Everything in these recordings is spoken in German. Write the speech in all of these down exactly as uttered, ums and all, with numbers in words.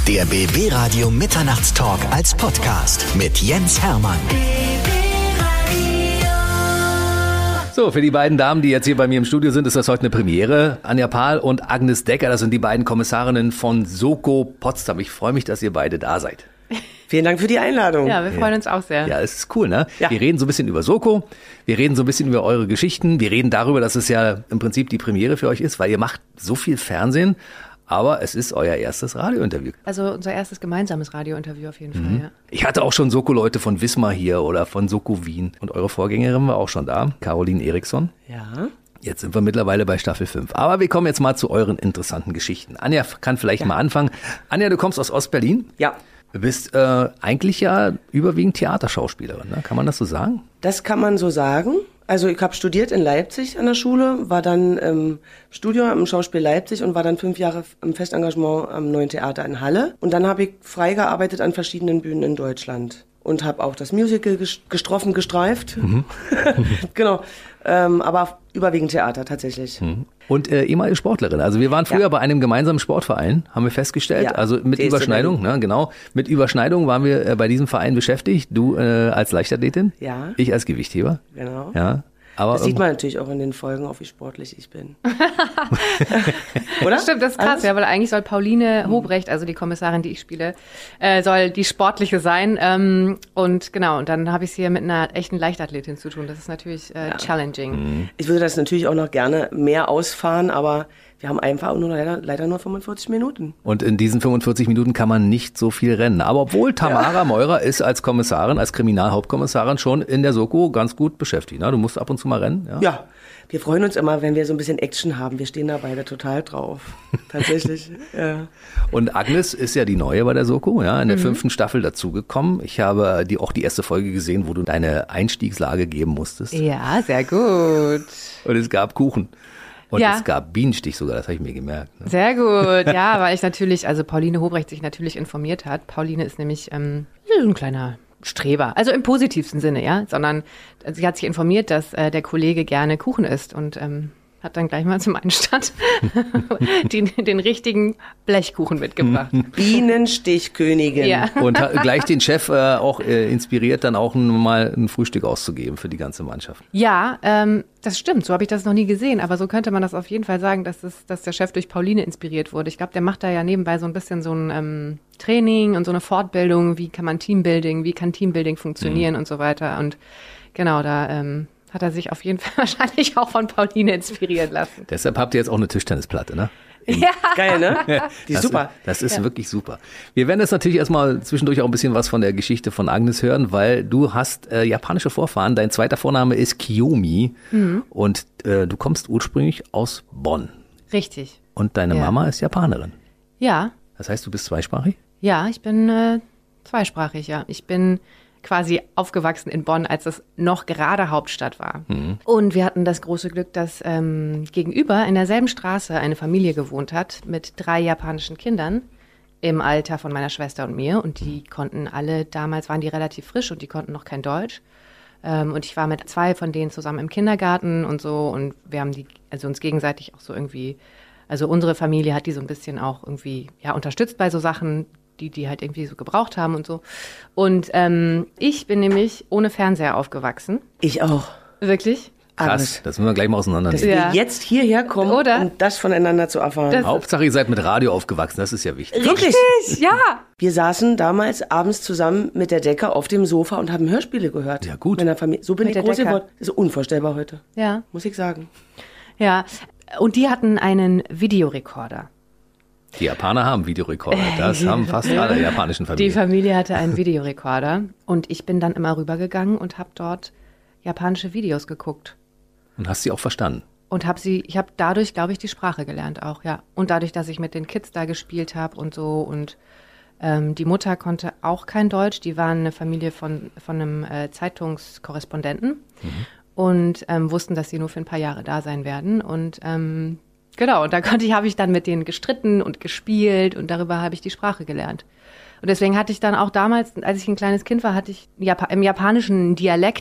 Der B B-Radio Mitternachtstalk als Podcast mit Jens Hermann. So, für die beiden Damen, die jetzt hier bei mir im Studio sind, ist das heute eine Premiere. Anja Pahl und Agnes Decker, das sind die beiden Kommissarinnen von Soko Potsdam. Ich freue mich, dass ihr beide da seid. Vielen Dank für die Einladung. Ja, wir freuen ja. uns auch sehr. Ja, es ist cool, ne? Ja. Wir reden so ein bisschen über Soko, wir reden so ein bisschen über eure Geschichten, wir reden darüber, dass es ja im Prinzip die Premiere für euch ist, weil ihr macht so viel Fernsehen, aber es ist euer erstes Radiointerview. Also unser erstes gemeinsames Radiointerview auf jeden Mhm. Fall, ja. Ich hatte auch schon Soko-Leute von Wismar hier oder von Soko Wien und eure Vorgängerin war auch schon da, Caroline Eriksson. Ja. Jetzt sind wir mittlerweile bei Staffel fünf. Aber wir kommen jetzt mal zu euren interessanten Geschichten. Anja kann vielleicht ja. mal anfangen. Anja, du kommst aus Ostberlin. Ja. Du bist äh, eigentlich ja überwiegend Theaterschauspielerin, ne? Kann man das so sagen? Das kann man so sagen. Also ich habe studiert in Leipzig an der Schule, war dann im Studium im Schauspiel Leipzig und war dann fünf Jahre im Festengagement am Neuen Theater in Halle. Und dann habe ich frei gearbeitet an verschiedenen Bühnen in Deutschland. Und habe auch das Musical gestroffen, gestreift. Mhm. Genau, ähm, aber überwiegend Theater tatsächlich. Mhm. Und äh, ehemalige Sportlerin. Also wir waren früher ja. bei einem gemeinsamen Sportverein, haben wir festgestellt. Ja, also mit Überschneidung, ne, genau. Mit Überschneidung waren wir äh, bei diesem Verein beschäftigt. Du äh, als Leichtathletin, ja. ich als Gewichtheber. Genau. Ja. Aber das sieht man natürlich auch in den Folgen, auch wie sportlich ich bin. Oder? Stimmt, das ist krass, Alles? ja, weil eigentlich soll Pauline Hobrecht, also die Kommissarin, die ich spiele, äh, soll die sportliche sein. Ähm, und genau, und dann habe ich es hier mit einer echten Leichtathletin zu tun. Das ist natürlich äh, ja. challenging. Mhm. Ich würde das natürlich auch noch gerne mehr ausfahren, aber wir haben einfach nur leider, leider nur fünfundvierzig Minuten. Und in diesen fünfundvierzig Minuten kann man nicht so viel rennen. Aber obwohl Tamara ja. Meurer ist als Kommissarin, als Kriminalhauptkommissarin schon in der Soko ganz gut beschäftigt. Ne? Du musst ab und zu mal rennen. Ja? ja, wir freuen uns immer, wenn wir so ein bisschen Action haben. Wir stehen da beide total drauf. Tatsächlich. ja. Und Agnes ist ja die Neue bei der Soko, ja, in der mhm. fünften Staffel dazugekommen. Ich habe die, auch die erste Folge gesehen, wo du deine Einstiegslage geben musstest. Ja, sehr gut. Und es gab Kuchen. Und ja. es gab Bienenstich sogar, das habe ich mir gemerkt. Ne? Sehr gut, ja, weil ich natürlich, also Pauline Hobrecht sich natürlich informiert hat. Pauline ist nämlich ähm, ein kleiner Streber, also im positivsten Sinne, ja, sondern sie hat sich informiert, dass äh, der Kollege gerne Kuchen isst und ähm, hat dann gleich mal zum Einstand den, den richtigen Blechkuchen mitgebracht. Bienenstichkönigin. Ja. Und hat gleich den Chef äh, auch äh, inspiriert, dann auch mal ein Frühstück auszugeben für die ganze Mannschaft. Ja, ähm, das stimmt. So habe ich das noch nie gesehen. Aber so könnte man das auf jeden Fall sagen, dass, das, dass der Chef durch Pauline inspiriert wurde. Ich glaube, der macht da ja nebenbei so ein bisschen so ein ähm, Training und so eine Fortbildung. Wie kann man Teambuilding, wie kann Teambuilding funktionieren mhm. und so weiter. Und genau, da ähm, hat er sich auf jeden Fall wahrscheinlich auch von Pauline inspirieren lassen. Deshalb habt ihr jetzt auch eine Tischtennisplatte, ne? Ja. Geil, ne? Die ist das, super. Das ist ja. wirklich super. Wir werden jetzt natürlich erstmal zwischendurch auch ein bisschen was von der Geschichte von Agnes hören, weil du hast äh, japanische Vorfahren. Dein zweiter Vorname ist Kiyomi mhm. und äh, du kommst ursprünglich aus Bonn. Richtig. Und deine ja. Mama ist Japanerin. Ja. Das heißt, du bist zweisprachig? Ja, ich bin äh, zweisprachig, ja. Ich bin quasi aufgewachsen in Bonn, als es noch gerade Hauptstadt war. Mhm. Und wir hatten das große Glück, dass ähm, gegenüber in derselben Straße eine Familie gewohnt hat mit drei japanischen Kindern im Alter von meiner Schwester und mir. Und die konnten alle, damals waren die relativ frisch und die konnten noch kein Deutsch. Ähm, und ich war mit zwei von denen zusammen im Kindergarten und so. Und wir haben die, also uns gegenseitig auch so irgendwie, also unsere Familie hat die so ein bisschen auch irgendwie ja unterstützt bei so Sachen, die die halt irgendwie so gebraucht haben und so. Und ähm, ich bin nämlich ohne Fernseher aufgewachsen. Ich auch. Wirklich? Krass, das müssen wir gleich mal auseinandernehmen. Dass ja. wir jetzt hierher kommen, Oder? um das voneinander zu erfahren. Das Hauptsache, ihr seid mit Radio aufgewachsen, das ist ja wichtig. Wirklich? Ja. Wir saßen damals abends zusammen mit der Decke auf dem Sofa und haben Hörspiele gehört. Ja, gut. Mit der Familie. So bin Mit ich der groß Decke. geworden. Das ist unvorstellbar heute. Ja. Muss ich sagen. Ja. Und die hatten einen Videorekorder. Die Japaner haben Videorekorder, das haben fast alle japanischen Familien. Die Familie hatte einen Videorekorder und ich bin dann immer rübergegangen und habe dort japanische Videos geguckt. Und hast sie auch verstanden? Und habe sie, ich habe dadurch, glaube ich, die Sprache gelernt auch, ja. Und dadurch, dass ich mit den Kids da gespielt habe und so und ähm, die Mutter konnte auch kein Deutsch, die waren eine Familie von, von einem äh, Zeitungskorrespondenten mhm. und ähm, wussten, dass sie nur für ein paar Jahre da sein werden und ähm, genau, und da konnte ich, habe ich dann mit denen gestritten und gespielt und darüber habe ich die Sprache gelernt. Und deswegen hatte ich dann auch damals, als ich ein kleines Kind war, hatte ich Jap- im japanischen Dialekt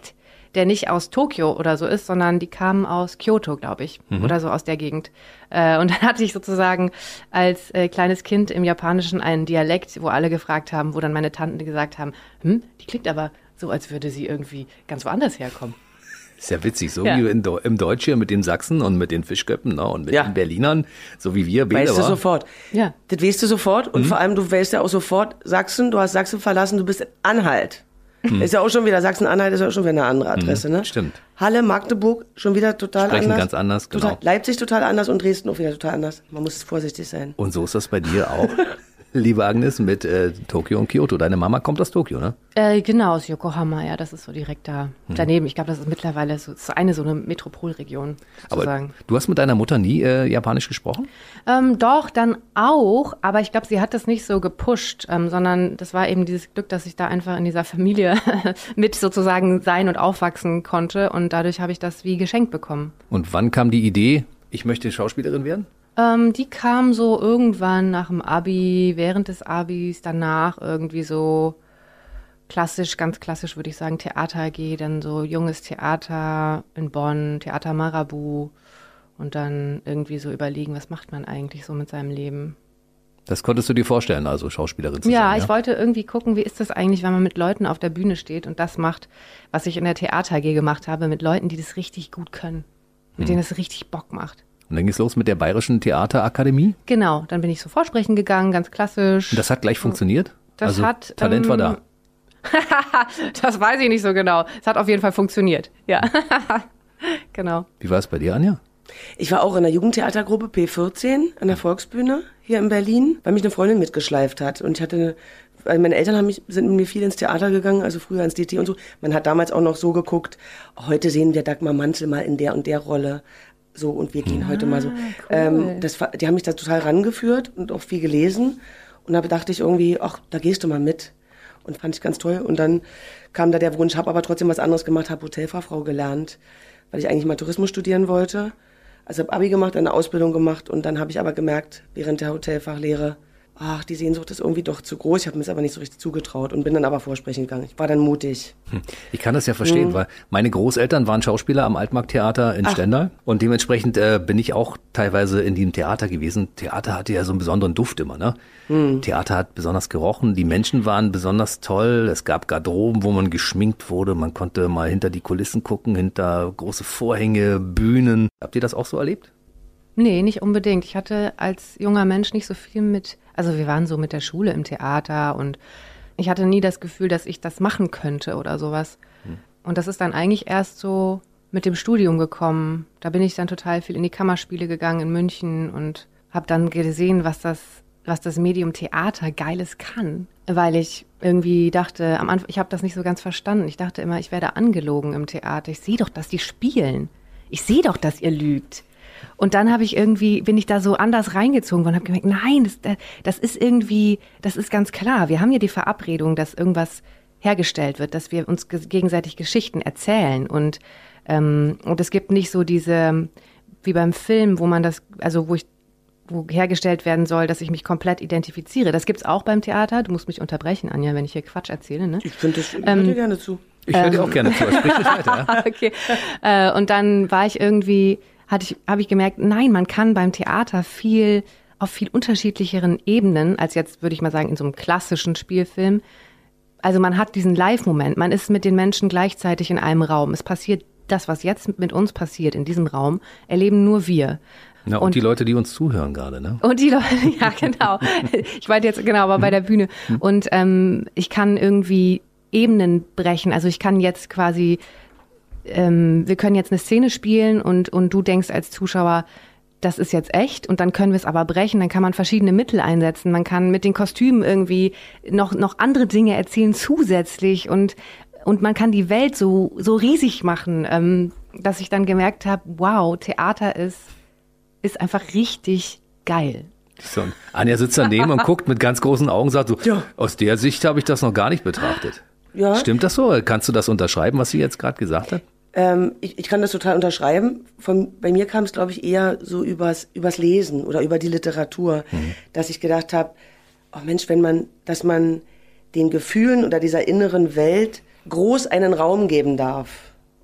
der nicht aus Tokio oder so ist, sondern die kamen aus Kyoto, glaube ich, mhm. oder so aus der Gegend. Äh, und dann hatte ich sozusagen als äh, kleines Kind im Japanischen einen Dialekt, wo alle gefragt haben, wo dann meine Tanten gesagt haben, hm, die klingt aber so, als würde sie irgendwie ganz woanders herkommen. Ist ja witzig, so ja. wie in, im Deutsch hier mit den Sachsen und mit den Fischköppen, ne, und mit ja. den Berlinern, so wie wir. Weißt du war. sofort. Ja. Das weißt du sofort und mhm. vor allem, du weißt ja auch sofort Sachsen, du hast Sachsen verlassen, du bist in Anhalt. Mhm. Ist ja auch schon wieder, Sachsen-Anhalt ist ja auch schon wieder eine andere Adresse, mhm. ne? Stimmt. Halle, Magdeburg, schon wieder total Sprechen anders. ganz anders, genau. Total, Leipzig total anders und Dresden auch wieder total anders. Man muss vorsichtig sein. Und so ist das bei dir auch, liebe Agnes, mit äh, Tokio und Kyoto. Deine Mama kommt aus Tokio, ne? Äh, genau, aus Yokohama, ja, das ist so direkt da hm. daneben. Ich glaube, das ist mittlerweile so, so eine so eine Metropolregion, sozusagen. Aber du hast mit deiner Mutter nie äh, Japanisch gesprochen? Ähm, doch, dann auch, aber ich glaube, sie hat das nicht so gepusht, ähm, sondern das war eben dieses Glück, dass ich da einfach in dieser Familie mit sozusagen sein und aufwachsen konnte und dadurch habe ich das wie geschenkt bekommen. Und wann kam die Idee, ich möchte Schauspielerin werden? Ähm, die kam so irgendwann nach dem Abi, während des Abis, danach irgendwie so klassisch, ganz klassisch würde ich sagen, Theater A G, dann so junges Theater in Bonn, Theater Marabu und dann irgendwie so überlegen, was macht man eigentlich so mit seinem Leben. Das konntest du dir vorstellen, also Schauspielerin zu ja, sein? Ja, ich wollte irgendwie gucken, wie ist das eigentlich, wenn man mit Leuten auf der Bühne steht und das macht, was ich in der Theater A G gemacht habe, mit Leuten, die das richtig gut können, mit hm. denen es richtig Bock macht. Und dann ging es los mit der Bayerischen Theaterakademie? Genau, dann bin ich so vorsprechen gegangen, ganz klassisch. Und das hat gleich funktioniert? Das also hat, Talent ähm, war da? Das weiß ich nicht so genau. Es hat auf jeden Fall funktioniert, ja. Genau. Wie war es bei dir, Anja? Ich war auch in der Jugendtheatergruppe P vierzehn an der Volksbühne hier in Berlin, weil mich eine Freundin mitgeschleift hat. Und ich hatte, weil meine Eltern haben mich, sind mit mir viel ins Theater gegangen, also früher ins D T und so. Man hat damals auch noch so geguckt, heute sehen wir Dagmar Manzel mal in der und der Rolle. So, und wir gehen ah, heute mal so. Cool. Ähm, das, die haben mich da total rangeführt und auch viel gelesen. Und da dachte ich irgendwie, ach, da gehst du mal mit. Und fand ich ganz toll. Und dann kam da der Wunsch, habe aber trotzdem was anderes gemacht, habe Hotelfachfrau gelernt, weil ich eigentlich mal Tourismus studieren wollte. Also habe Abi gemacht, eine Ausbildung gemacht und dann habe ich aber gemerkt, während der Hotelfachlehre, ach, die Sehnsucht ist irgendwie doch zu groß. Ich habe mir es aber nicht so richtig zugetraut und bin dann aber vorsprechen gegangen. Ich war dann mutig. Ich kann das ja verstehen, mhm. weil meine Großeltern waren Schauspieler am Altmarkttheater in Ach. Stendal und dementsprechend äh, bin ich auch teilweise in diesem Theater gewesen. Theater hatte ja so einen besonderen Duft immer, ne? Mhm. Theater hat besonders gerochen, die Menschen waren besonders toll, es gab Garderoben, wo man geschminkt wurde, man konnte mal hinter die Kulissen gucken, hinter große Vorhänge, Bühnen. Habt ihr das auch so erlebt? Nee, nicht unbedingt. Ich hatte als junger Mensch nicht so viel mit, also wir waren so mit der Schule im Theater und ich hatte nie das Gefühl, dass ich das machen könnte oder sowas. Hm. Und das ist dann eigentlich erst so mit dem Studium gekommen. Da bin ich dann total viel in die Kammerspiele gegangen in München und habe dann gesehen, was das, was das Medium Theater Geiles kann. Weil ich irgendwie dachte, am Anfang, ich habe das nicht so ganz verstanden. Ich dachte immer, ich werde angelogen im Theater. Ich sehe doch, dass die spielen. Ich sehe doch, dass ihr lügt. Und dann habe ich irgendwie, bin ich da so anders reingezogen worden und habe gemerkt, nein, das, das ist irgendwie, das ist ganz klar. Wir haben ja die Verabredung, dass irgendwas hergestellt wird, dass wir uns gegenseitig Geschichten erzählen. Und, ähm, und es gibt nicht so diese, wie beim Film, wo man das, also wo ich, wo hergestellt werden soll, dass ich mich komplett identifiziere. Das gibt's auch beim Theater. Du musst mich unterbrechen, Anja, wenn ich hier Quatsch erzähle. Ne? Ich finde das, ich ähm, höre dir gerne zu. Ich höre dir auch gerne zu. Sprich dich weiter. Ja? Okay. Äh, und dann war ich irgendwie... hatte ich, habe ich gemerkt, nein, man kann beim Theater viel, auf viel unterschiedlicheren Ebenen, als jetzt, würde ich mal sagen, in so einem klassischen Spielfilm. Also man hat diesen Live-Moment, man ist mit den Menschen gleichzeitig in einem Raum. Es passiert das, was jetzt mit uns passiert in diesem Raum, erleben nur wir. Na, und, und die Leute, die uns zuhören gerade, ne? Und die Leute, ja genau. Ich meinte jetzt genau, aber bei der Bühne. Und ähm, ich kann irgendwie Ebenen brechen. Also ich kann jetzt quasi... Ähm, wir können jetzt eine Szene spielen und, und du denkst als Zuschauer, das ist jetzt echt und dann können wir es aber brechen, dann kann man verschiedene Mittel einsetzen, man kann mit den Kostümen irgendwie noch, noch andere Dinge erzählen zusätzlich und, und man kann die Welt so, so riesig machen, ähm, dass ich dann gemerkt habe, wow, Theater ist, ist einfach richtig geil. So, und Anja sitzt daneben und guckt mit ganz großen Augen und sagt so, ja. Aus der Sicht habe ich das noch gar nicht betrachtet. Ja. Stimmt das so? Kannst du das unterschreiben, was sie jetzt gerade gesagt hat? Ähm, ich, ich kann das total unterschreiben. Von, bei mir kam es, glaube ich, eher so übers, übers Lesen oder über die Literatur, mhm. dass ich gedacht habe, oh Mensch, wenn man, dass man den Gefühlen oder dieser inneren Welt groß einen Raum geben darf.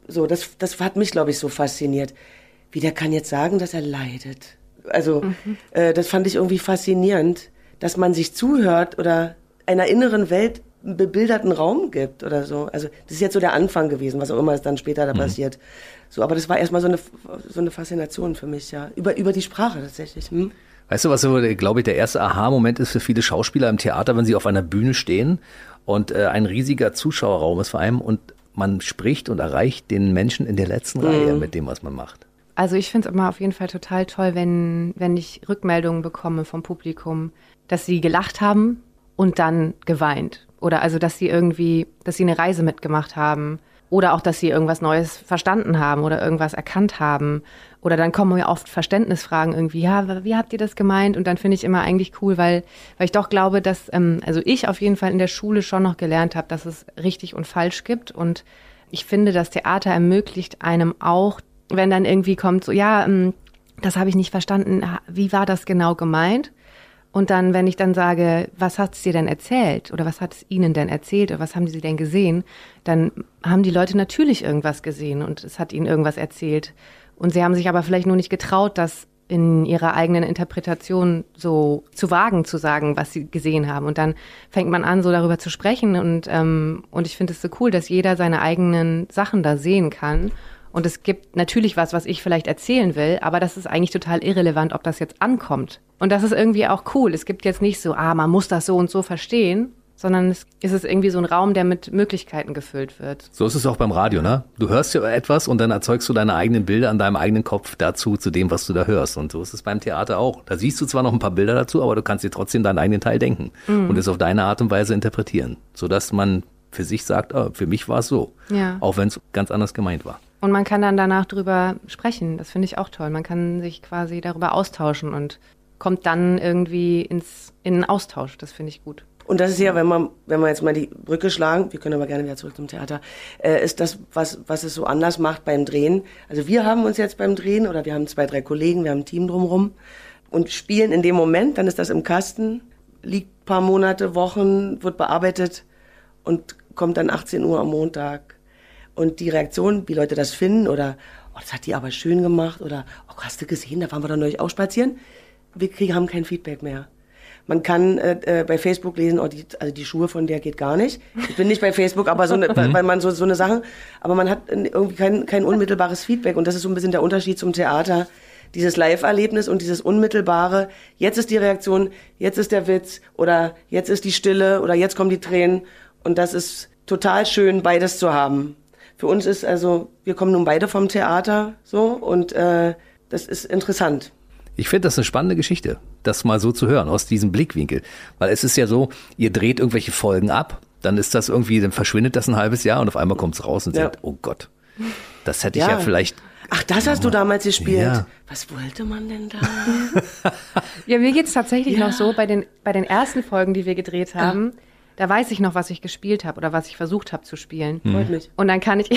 So, das, das hat mich, glaube ich, so fasziniert. Wie der kann jetzt sagen, dass er leidet. Also, mhm. äh, das fand ich irgendwie faszinierend, dass man sich zuhört oder einer inneren Welt einen bebilderten Raum gibt oder so. Also, das ist jetzt so der Anfang gewesen, was auch immer es dann später da mhm. passiert. So, aber das war erstmal so eine, so eine Faszination für mich, ja. Über, über die Sprache tatsächlich. Hm? Weißt du, was so, glaube ich, der erste Aha-Moment ist für viele Schauspieler im Theater, wenn sie auf einer Bühne stehen und äh, ein riesiger Zuschauerraum ist vor allem und man spricht und erreicht den Menschen in der letzten mhm. Reihe mit dem, was man macht. Also ich finde es immer auf jeden Fall total toll, wenn, wenn ich Rückmeldungen bekomme vom Publikum, dass sie gelacht haben und dann geweint. Oder also, dass sie irgendwie, dass sie eine Reise mitgemacht haben. Oder auch, dass sie irgendwas Neues verstanden haben oder irgendwas erkannt haben. Oder dann kommen ja oft Verständnisfragen irgendwie, ja, wie habt ihr das gemeint? Und dann finde ich immer eigentlich cool, weil, weil ich doch glaube, dass, ähm, also ich auf jeden Fall in der Schule schon noch gelernt habe, dass es richtig und falsch gibt. Und ich finde, das Theater ermöglicht einem auch, wenn dann irgendwie kommt, so, ja, ähm, das habe ich nicht verstanden, wie war das genau gemeint? Und dann, wenn ich dann sage, was hat es dir denn erzählt oder was hat es ihnen denn erzählt oder was haben sie denn gesehen, dann haben die Leute natürlich irgendwas gesehen und es hat ihnen irgendwas erzählt. Und sie haben sich aber vielleicht nur nicht getraut, das in ihrer eigenen Interpretation so zu wagen, zu sagen, was sie gesehen haben. Und dann fängt man an, so darüber zu sprechen. Und, ähm, und ich finde es so cool, dass jeder seine eigenen Sachen da sehen kann. Und es gibt natürlich was, was ich vielleicht erzählen will, aber das ist eigentlich total irrelevant, ob das jetzt ankommt. Und das ist irgendwie auch cool. Es gibt jetzt nicht so, ah, man muss das so und so verstehen, sondern es ist irgendwie so ein Raum, der mit Möglichkeiten gefüllt wird. So ist es auch beim Radio, ne? Du hörst ja etwas und dann erzeugst du deine eigenen Bilder an deinem eigenen Kopf dazu, zu dem, was du da hörst. Und so ist es beim Theater auch. Da siehst du zwar noch ein paar Bilder dazu, aber du kannst dir trotzdem deinen eigenen Teil denken mhm. und es auf deine Art und Weise interpretieren, sodass man für sich sagt, oh, für mich war es so, ja. auch wenn es ganz anders gemeint war. Und man kann dann danach drüber sprechen. Das finde ich auch toll. Man kann sich quasi darüber austauschen und kommt dann irgendwie ins, in einen Austausch. Das finde ich gut. Und das ist ja, wenn man, wenn wir jetzt mal die Brücke schlagen, wir können aber gerne wieder zurück zum Theater, äh, ist das, was, was es so anders macht beim Drehen. Also wir haben uns jetzt beim Drehen, oder wir haben zwei, drei Kollegen, wir haben ein Team drumherum und spielen in dem Moment, dann ist das im Kasten, liegt ein paar Monate, Wochen, wird bearbeitet und kommt dann achtzehn Uhr am Montag. Und die Reaktion, wie Leute das finden, oder, oh, das hat die aber schön gemacht, oder, oh, hast du gesehen, da waren wir doch neulich auch spazieren. Wir kriegen, haben kein Feedback mehr. Man kann äh, bei Facebook lesen, oh, die, also die Schuhe von der geht gar nicht. Ich bin nicht bei Facebook, aber so eine, weil man so, so eine Sache, aber man hat irgendwie kein, kein unmittelbares Feedback. Und das ist so ein bisschen der Unterschied zum Theater. Dieses Live-Erlebnis und dieses unmittelbare, jetzt ist die Reaktion, jetzt ist der Witz, oder jetzt ist die Stille, oder jetzt kommen die Tränen. Und das ist total schön, beides zu haben. Für uns ist also, wir kommen nun beide vom Theater, so, und äh, das ist interessant. Ich finde das eine spannende Geschichte, das mal so zu hören, aus diesem Blickwinkel. Weil es ist ja so, ihr dreht irgendwelche Folgen ab, dann ist das irgendwie, dann verschwindet das ein halbes Jahr und auf einmal kommt's raus und ja. sagt, oh Gott, das hätte ich ja, ja vielleicht... Ach, das hast du damals gespielt? Ja. Was wollte man denn da? Ja, mir geht's tatsächlich ja. noch so, bei den, bei den ersten Folgen, die wir gedreht haben, ja. da weiß ich noch, was ich gespielt habe oder was ich versucht habe zu spielen. Freut mich. Und dann kann ich,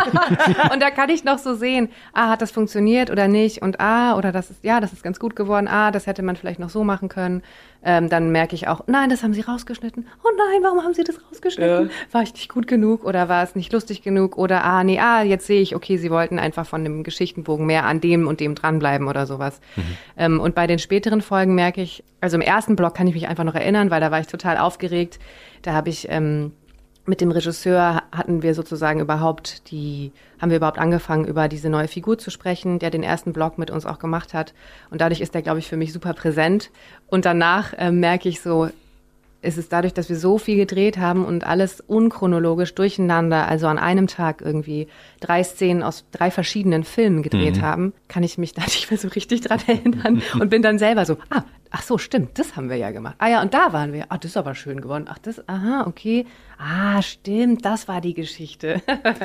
und da kann ich noch so sehen, ah, hat das funktioniert oder nicht? Und ah, oder das ist, ja, das ist ganz gut geworden. Ah, das hätte man vielleicht noch so machen können. Ähm, dann merke ich auch, nein, das haben sie rausgeschnitten. Oh nein, warum haben sie das rausgeschnitten? Ja. War ich nicht gut genug oder war es nicht lustig genug? Oder ah, nee, ah, jetzt sehe ich, okay, sie wollten einfach von dem Geschichtenbogen mehr an dem und dem dranbleiben oder sowas. Mhm. Ähm, und bei den späteren Folgen merke ich, also im ersten Block kann ich mich einfach noch erinnern, weil da war ich total aufgeregt. Da habe ich ähm, mit dem Regisseur hatten wir sozusagen überhaupt die, haben wir überhaupt angefangen, über diese neue Figur zu sprechen, der den ersten Block mit uns auch gemacht hat. Und dadurch ist der, glaube ich, für mich super präsent. Und danach äh, merke ich so, es ist dadurch, dass wir so viel gedreht haben und alles unchronologisch durcheinander, also an einem Tag irgendwie drei Szenen aus drei verschiedenen Filmen gedreht mhm. haben, kann ich mich da nicht mehr so richtig dran erinnern und bin dann selber so, ah, ach so, stimmt, das haben wir ja gemacht. Ah ja, und da waren wir. Ah, das ist aber schön geworden. Ach, das, aha, okay. Ah, stimmt, das war die Geschichte.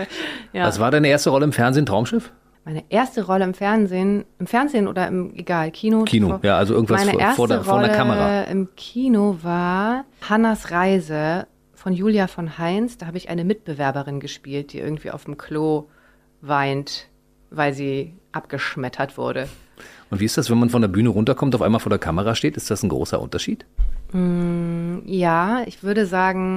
Ja. Was war deine erste Rolle im Fernsehen, Traumschiff? Meine erste Rolle im Fernsehen, im Fernsehen oder im, egal, Kino. Kino, vor, ja, also irgendwas meine vor, vor, der, vor der Kamera. Meine erste Rolle im Kino war Hannas Reise von Julia von Heinz. Da habe ich eine Mitbewerberin gespielt, die irgendwie auf dem Klo weint, weil sie abgeschmettert wurde. Und wie ist das, wenn man von der Bühne runterkommt, auf einmal vor der Kamera steht? Ist das ein großer Unterschied? Mm, ja, ich würde sagen,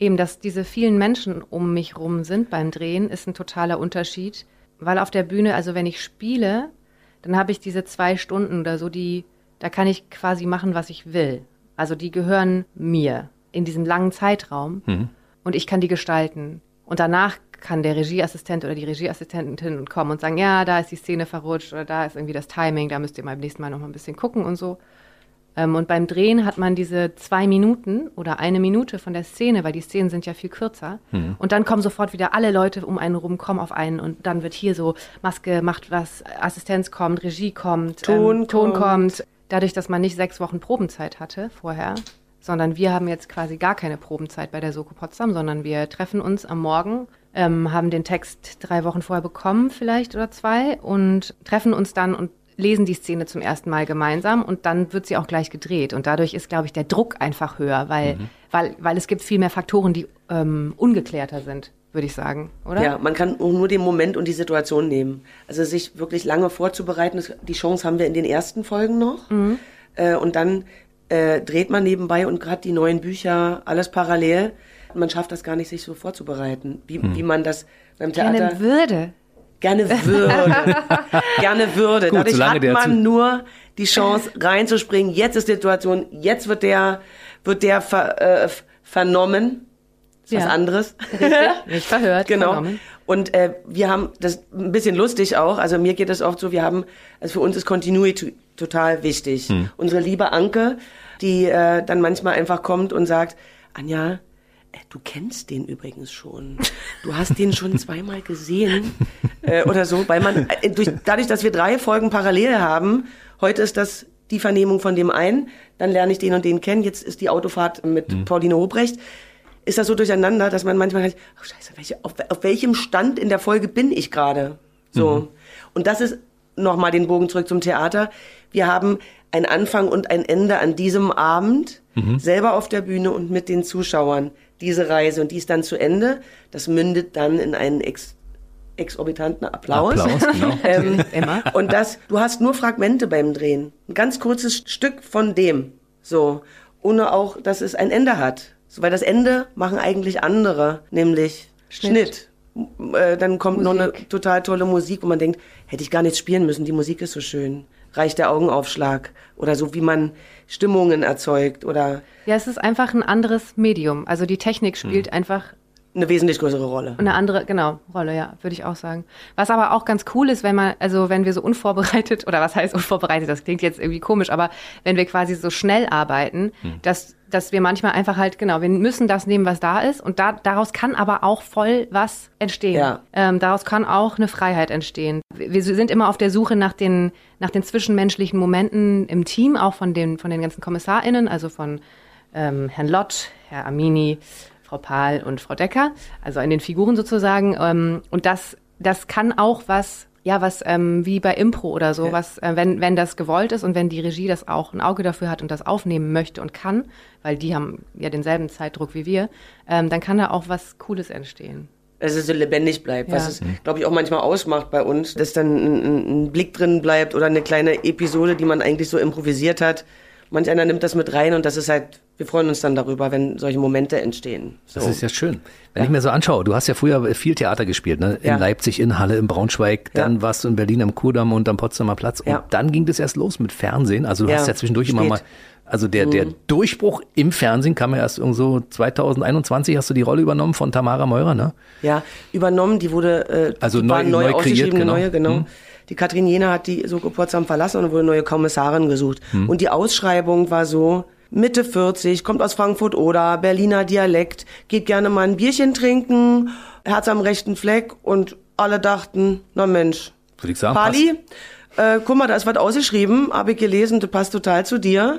Eben, dass diese vielen Menschen um mich rum sind beim Drehen, ist ein totaler Unterschied. Weil auf der Bühne, also wenn ich spiele, dann habe ich diese zwei Stunden oder so, die, da kann ich quasi machen, was ich will. Also die gehören mir in diesem langen Zeitraum mhm. und ich kann die gestalten. Und danach kann der Regieassistent oder die Regieassistentin kommen und sagen, ja, da ist die Szene verrutscht oder da ist irgendwie das Timing, da müsst ihr beim nächsten Mal noch mal ein bisschen gucken und so. Und beim Drehen hat man diese zwei Minuten oder eine Minute von der Szene, weil die Szenen sind ja viel kürzer. Mhm. Und dann kommen sofort wieder alle Leute um einen rum, kommen auf einen und dann wird hier so, Maske macht was, Assistenz kommt, Regie kommt, Ton, ähm, Ton kommt. kommt. Dadurch, dass man nicht sechs Wochen Probenzeit hatte vorher, sondern wir haben jetzt quasi gar keine Probenzeit bei der Soko Potsdam, sondern wir treffen uns am Morgen, ähm, haben den Text drei Wochen vorher bekommen vielleicht oder zwei und treffen uns dann und lesen die Szene zum ersten Mal gemeinsam und dann wird sie auch gleich gedreht. Und dadurch ist, glaube ich, der Druck einfach höher, weil, mhm. weil, weil es gibt viel mehr Faktoren, die ähm, ungeklärter sind, würde ich sagen, oder? Ja, man kann nur den Moment und die Situation nehmen. Also sich wirklich lange vorzubereiten, das, die Chance haben wir in den ersten Folgen noch. Mhm. Äh, und dann äh, dreht man nebenbei und gerade die neuen Bücher, alles parallel. Man schafft das gar nicht, sich so vorzubereiten, wie, mhm. wie man das beim Theater... Gerne würde. Gerne würde. Gerne würde. Gut, Dadurch hat der man nur die Chance reinzuspringen. Jetzt ist die Situation, jetzt wird der, wird der ver, äh, vernommen. Ist ja. was anderes. Richtig, nicht verhört, genau. vernommen. Und äh, wir haben das ein bisschen lustig auch, also mir geht das oft so, wir haben, also für uns ist Continuity total wichtig. Hm. Unsere liebe Anke, die äh, dann manchmal einfach kommt und sagt, Anja, du kennst den übrigens schon. Du hast den schon zweimal gesehen äh, oder so, weil man äh, durch, dadurch, dass wir drei Folgen parallel haben, heute ist das die Vernehmung von dem einen, dann lerne ich den und den kennen, jetzt ist die Autofahrt mit mhm. Pauline Hobrecht, ist das so durcheinander, dass man manchmal halt, oh Scheiße, welche, auf, auf welchem Stand in der Folge bin ich gerade? So. Mhm. Und das ist nochmal den Bogen zurück zum Theater. Wir haben ein Anfang und ein Ende an diesem Abend, mhm. selber auf der Bühne und mit den Zuschauern. Diese Reise und die ist dann zu Ende. Das mündet dann in einen ex, exorbitanten Applaus. Applaus, genau. ähm, Immer. Und das, du hast nur Fragmente beim Drehen. Ein ganz kurzes Stück von dem. So. Ohne auch, dass es ein Ende hat. So, weil das Ende machen eigentlich andere, nämlich Schnitt. Schnitt. Äh, dann kommt Musik. Noch eine total tolle Musik, wo man denkt, hätte ich gar nichts spielen müssen, die Musik ist so schön. Reicht der Augenaufschlag oder so, wie man Stimmungen erzeugt oder... Ja, es ist einfach ein anderes Medium. Also die Technik spielt hm. einfach... Eine wesentlich größere Rolle. Eine andere, genau, Rolle, ja, würde ich auch sagen. Was aber auch ganz cool ist, wenn man, also wenn wir so unvorbereitet, oder was heißt unvorbereitet, das klingt jetzt irgendwie komisch, aber wenn wir quasi so schnell arbeiten, hm. dass, dass wir manchmal einfach halt, genau, wir müssen das nehmen, was da ist und da, daraus kann aber auch voll was entstehen. Ja. Ähm, daraus kann auch eine Freiheit entstehen. Wir sind immer auf der Suche nach den, nach den zwischenmenschlichen Momenten im Team, auch von den, von den ganzen KommissarInnen, also von ähm, Herrn Lott, Herr Amini, Frau Pahl und Frau Decker, also in den Figuren sozusagen. Ähm, und das, das kann auch was, ja, was ähm, wie bei Impro oder so, ja. was, äh, wenn, wenn das gewollt ist und wenn die Regie das auch ein Auge dafür hat und das aufnehmen möchte und kann, weil die haben ja denselben Zeitdruck wie wir, ähm, dann kann da auch was Cooles entstehen. Dass es so lebendig bleibt, ja. was es, glaube ich, auch manchmal ausmacht bei uns, dass dann ein, ein Blick drin bleibt oder eine kleine Episode, die man eigentlich so improvisiert hat. Manch einer nimmt das mit rein und das ist halt, wir freuen uns dann darüber, wenn solche Momente entstehen. So. Das ist ja schön. Wenn ja. ich mir so anschaue, du hast ja früher viel Theater gespielt, ne? In ja. Leipzig, in Halle, in Braunschweig, dann ja. warst du in Berlin am Kurdamm und am Potsdamer Platz und ja. dann ging das erst los mit Fernsehen. Also du ja. hast ja zwischendurch Spät. immer mal, also der, mhm. der Durchbruch im Fernsehen kam ja erst irgendwo zwanzig einundzwanzig, hast du die Rolle übernommen von Tamara Meurer, ne? Ja, übernommen, die wurde äh, also die neu, neu, neu kreiert, genau. Neue, genau. Mhm. Die Katrin Jena hat die Soko Potsdam verlassen und wurde neue Kommissarin gesucht. Hm. Und die Ausschreibung war so, Mitte vierzig, kommt aus Frankfurt oder Berliner Dialekt, geht gerne mal ein Bierchen trinken, Herz am rechten Fleck und alle dachten, na Mensch, würde ich sagen, Pali, äh, guck mal, da ist was ausgeschrieben, habe ich gelesen, das passt total zu dir.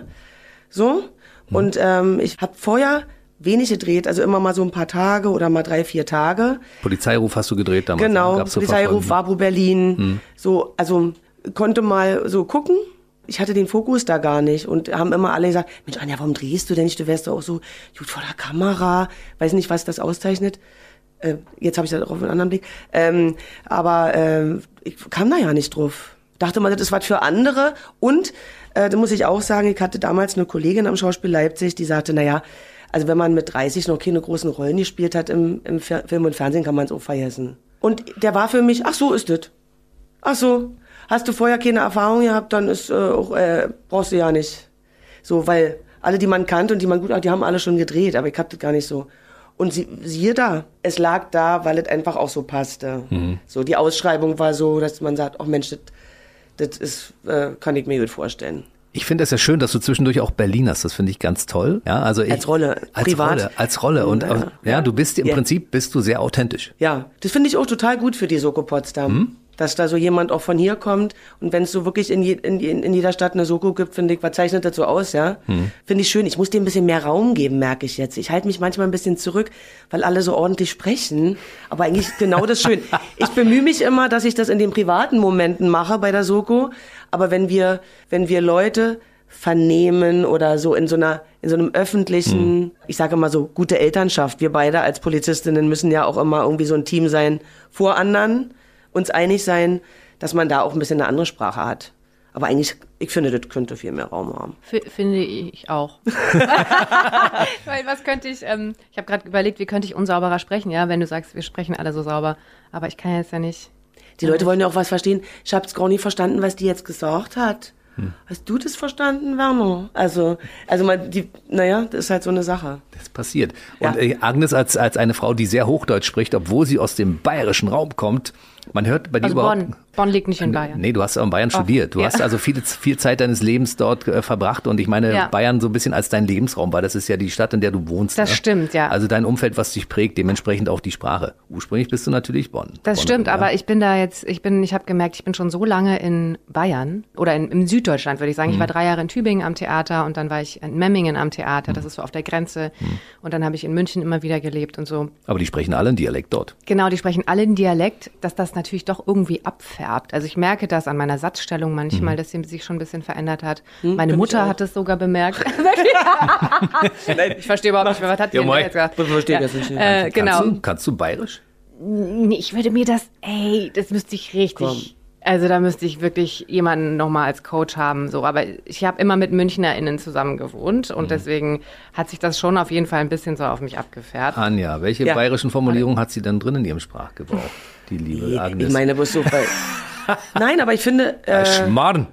So, hm. und ähm, ich habe vorher wenig gedreht, also immer mal so ein paar Tage oder mal drei, vier Tage. Polizeiruf hast du gedreht damals? Genau, Polizeiruf, Wabro Berlin, hm. so, also konnte mal so gucken. Ich hatte den Fokus da gar nicht und haben immer alle gesagt, Mensch Anja, warum drehst du denn nicht? Du wärst doch auch so gut vor der Kamera. Weiß nicht, was das auszeichnet. Äh, jetzt habe ich da drauf einen anderen Blick. Ähm, aber äh, ich kam da ja nicht drauf. Dachte mal, das ist was für andere. Und, äh, da muss ich auch sagen, ich hatte damals eine Kollegin am Schauspiel Leipzig, die sagte, naja, Also wenn man mit dreißig noch keine großen Rollen gespielt hat im, im Film und Fernsehen, kann man es auch vergessen. Und der war für mich, ach so ist das. Ach so, hast du vorher keine Erfahrung gehabt, dann ist äh, auch, äh, brauchst du ja nicht. So, weil alle, die man kannte und die man gut hat, die haben alle schon gedreht, aber ich hab das gar nicht so. Und sie, siehe da, es lag da, weil es einfach auch so passte. Mhm. So, die Ausschreibung war so, dass man sagt, ach Mensch, das, das ist, äh, kann ich mir gut vorstellen. Ich finde es ja schön, dass du zwischendurch auch Berlinerst. Das finde ich ganz toll. Ja, also ich, als Rolle, als privat. Rolle, als Rolle. Und ja, ja du bist im ja. Prinzip bist du sehr authentisch. Ja, das finde ich auch total gut für die Soko Potsdam. Hm? Dass da so jemand auch von hier kommt. Und wenn es so wirklich in, je, in, in jeder Stadt eine Soko gibt, finde ich, was zeichnet das so aus, ja? Hm. Finde ich schön. Ich muss dem ein bisschen mehr Raum geben, merke ich jetzt. Ich halte mich manchmal ein bisschen zurück, weil alle so ordentlich sprechen. Aber eigentlich genau das schön. Ich bemühe mich immer, dass ich das in den privaten Momenten mache bei der Soko. Aber wenn wir, wenn wir Leute vernehmen oder so in so einer, in so einem öffentlichen, hm. ich sage immer so, gute Elternschaft. Wir beide als Polizistinnen müssen ja auch immer irgendwie so ein Team sein vor anderen, uns einig sein, dass man da auch ein bisschen eine andere Sprache hat. Aber eigentlich, ich finde, das könnte viel mehr Raum haben. F- finde ich auch. Weil was könnte ich, ähm, ich habe gerade überlegt, wie könnte ich unsauberer sprechen, ja, wenn du sagst, wir sprechen alle so sauber. Aber ich kann jetzt ja nicht. Die Leute wollen ja auch was verstehen. Ich habe es gar nicht verstanden, was die jetzt gesagt hat. Hm. Hast du das verstanden, Werner? Also, also man, die, naja, das ist halt so eine Sache. Das passiert. Und ja. äh, Agnes als, als eine Frau, die sehr Hochdeutsch spricht, obwohl sie aus dem bayerischen Raum kommt, man hört bei dir also überhaupt... Bonn. Bonn liegt nicht in Bayern. Nee, du hast in Bayern oh, studiert. Du ja. hast also viel, viel Zeit deines Lebens dort äh, verbracht. Und ich meine, ja. Bayern so ein bisschen als dein Lebensraum, weil das ist ja die Stadt, in der du wohnst. Das ne? stimmt, ja. Also dein Umfeld, was dich prägt, dementsprechend auch die Sprache. Ursprünglich bist du natürlich Bonn. Das Bonn, stimmt, ja. aber ich bin da jetzt, ich bin, ich habe gemerkt, ich bin schon so lange in Bayern oder in, in Süddeutschland, würde ich sagen. Mhm. Ich war drei Jahre in Tübingen am Theater und dann war ich in Memmingen am Theater. Mhm. Das ist so auf der Grenze. Mhm. Und dann habe ich in München immer wieder gelebt und so. Aber die sprechen alle einen Dialekt dort. Genau, die sprechen alle einen Dialekt, dass das natürlich doch irgendwie abfärbt. Also ich merke das an meiner Satzstellung manchmal, mhm. dass sie sich schon ein bisschen verändert hat. Mhm, Meine Mutter hat es sogar bemerkt. Ich verstehe überhaupt nicht mehr, was hat die ja, jetzt gesagt? Ich verstehe das nicht. Äh, genau. Kannst du, kannst du bayerisch? Nee, ich würde mir das, ey, das müsste ich richtig, Komm. also da müsste ich wirklich jemanden nochmal als Coach haben, so. Aber ich habe immer mit MünchnerInnen zusammen gewohnt und mhm. deswegen hat sich das schon auf jeden Fall ein bisschen so auf mich abgefärbt. Anja, welche ja. bayerischen Formulierungen hat sie denn drin in ihrem Sprachgebrauch, die liebe nee, Agnes? Ich meine, bloß so bei... Nein, aber ich finde... Äh, Schmarrn.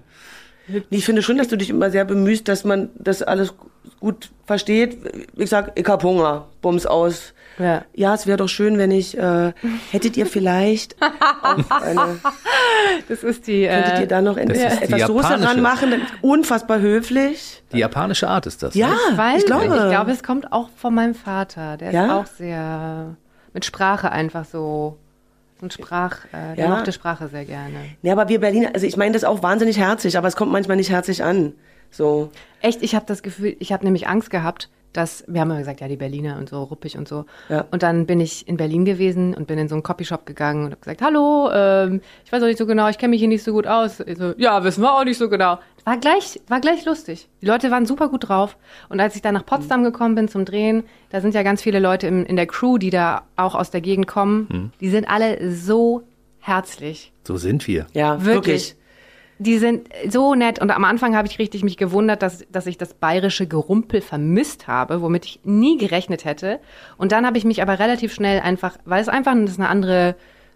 Ich finde schon, dass du dich immer sehr bemühst, dass man das alles gut versteht. Ich sag, ich hab Hunger, bums aus. Ja, ja es wäre doch schön, wenn ich... Äh, hättet ihr vielleicht auf eine... Das ist die... Äh, könntet ihr da noch ein, ja. etwas Soße ranmachen? Unfassbar höflich. Die japanische Art ist das. Ja, ne? ich, weiß, ich glaube. Ich glaube, es kommt auch von meinem Vater. Der ja? ist auch sehr... Mit Sprache einfach so... Und Sprach, äh, der ja. mochte Sprache sehr gerne. Ja, aber wir Berliner, also ich meine das auch wahnsinnig herzig, aber es kommt manchmal nicht herzig an. So. Echt, ich habe das Gefühl, ich habe nämlich Angst gehabt, dass, wir haben ja gesagt, ja, die Berliner und so, ruppig und so. Ja. Und dann bin ich in Berlin gewesen und bin in so einen Copyshop gegangen und habe gesagt, hallo, ähm, ich weiß auch nicht so genau, ich kenne mich hier nicht so gut aus. Ich so, ja, wissen wir auch nicht so genau. War gleich, war gleich lustig. Die Leute waren super gut drauf. Und als ich dann nach Potsdam gekommen bin zum Drehen, da sind ja ganz viele Leute in, in der Crew, die da auch aus der Gegend kommen. Hm. Die sind alle so herzlich. So sind wir. Ja, wirklich. wirklich. Die sind so nett. Und am Anfang habe ich richtig mich gewundert, dass, dass ich das bayerische Gerumpel vermisst habe, womit ich nie gerechnet hätte. Und dann habe ich mich aber relativ schnell einfach, weil es einfach das ist eine andere,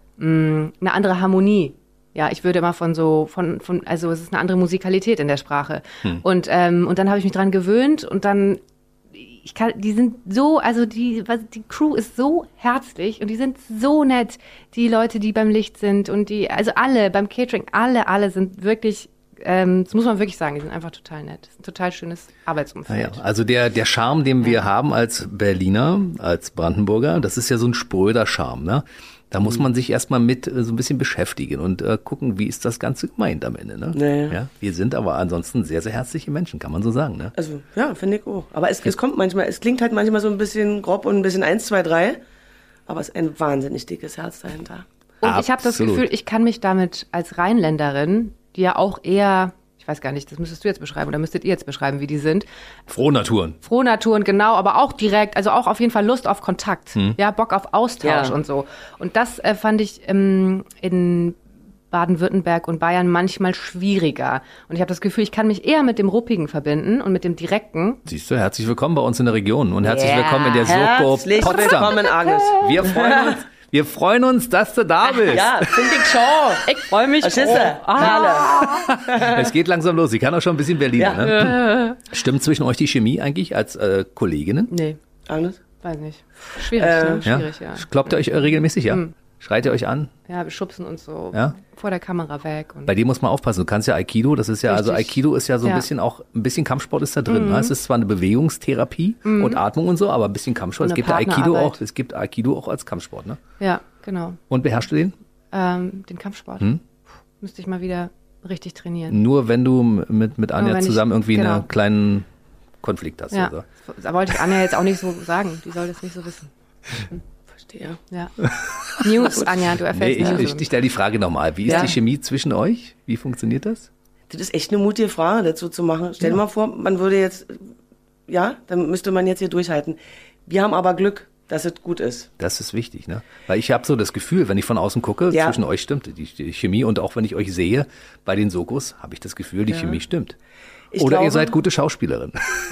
mh, eine andere Harmonie. Ja, ich würde immer von so, von, von, also es ist eine andere Musikalität in der Sprache. Hm. Und, ähm, und dann habe ich mich dran gewöhnt und dann, ich kann, die sind so, also die, die Crew ist so herzlich und die sind so nett. Die Leute, die beim Licht sind und die, also alle beim Catering, alle, alle sind wirklich, ähm, das muss man wirklich sagen, die sind einfach total nett. Das ist ein total schönes Arbeitsumfeld. Ja, also der, der Charme, den wir ja. haben als Berliner, als Brandenburger, das ist ja so ein spröder Charme, ne? Da muss man sich erstmal mit äh, so ein bisschen beschäftigen und äh, gucken, wie ist das Ganze gemeint am Ende. Ne? Naja. Ja, wir sind aber ansonsten sehr, sehr herzliche Menschen, kann man so sagen. Ne? Also ja, finde ich auch. Aber es, es kommt manchmal, es klingt halt manchmal so ein bisschen grob und ein bisschen eins, zwei, drei, aber es ist ein wahnsinnig dickes Herz dahinter. Und Absolut. Ich habe das Gefühl, ich kann mich damit als Rheinländerin, die ja auch eher... Ich weiß gar nicht, das müsstest du jetzt beschreiben oder müsstet ihr jetzt beschreiben, wie die sind. Frohnaturen. Frohnaturen, genau, aber auch direkt, also auch auf jeden Fall Lust auf Kontakt, hm. ja, Bock auf Austausch ja. und so. Und das äh, fand ich ähm, in Baden-Württemberg und Bayern manchmal schwieriger. Und ich habe das Gefühl, ich kann mich eher mit dem Ruppigen verbinden und mit dem Direkten. Siehst du, herzlich willkommen bei uns in der Region und herzlich Ja, willkommen in der Soko Herzlich Potsdam. willkommen, Agnes. Wir freuen uns, wir freuen uns, dass du da bist. Ja, finde ich schon. Ich freue mich. Schisse, Perle. Es geht langsam los. Sie kann auch schon ein bisschen Berliner. Ja. Ne? Stimmt zwischen euch die Chemie eigentlich als äh, Kolleginnen? Nee, Agnes? weiß nicht. Schwierig, Äh, ne? Schwierig, ja. Kloppt ihr euch äh, regelmäßig, ja? Mhm. Schreit ihr euch an? Ja, wir schubsen uns so Ja? vor der Kamera weg. Und Bei dir muss man aufpassen. Du kannst ja Aikido, das ist ja, also Richtig. Aikido ist ja so ein Ja. bisschen auch, ein bisschen Kampfsport ist da drin. Ne? Es ist zwar eine Bewegungstherapie und Atmung und so, aber ein bisschen Kampfsport. Und Es gibt eine Aikido Partnerarbeit. auch, es gibt Aikido auch als Kampfsport, ne? ja, genau. Und beherrschst du den? Ähm, den Kampfsport. Hm? Puh, müsste ich mal wieder richtig trainieren. Nur wenn du mit, mit Anja wenn ich- zusammen irgendwie genau. einen kleinen Konflikt hast. Ja, Oder? da wollte ich Anja jetzt auch nicht so sagen. Die soll das nicht so wissen. Verstehe. Ja. News, Anja, du Nee, erfährst ich, News. ich, ich stelle die Frage nochmal. Wie ist Ja. die Chemie zwischen euch? Wie funktioniert das? Das ist echt eine mutige Frage dazu zu machen. Stell dir mal vor, man würde jetzt, ja, dann müsste man jetzt hier durchhalten. Wir haben aber Glück, dass es gut ist. Das ist wichtig, ne? Weil ich habe so das Gefühl, wenn ich von außen gucke, Ja. zwischen euch stimmt die, die Chemie und auch wenn ich euch sehe bei den Sokos, habe ich das Gefühl, die Chemie stimmt. Ich Oder glaube, ihr seid gute Schauspielerin.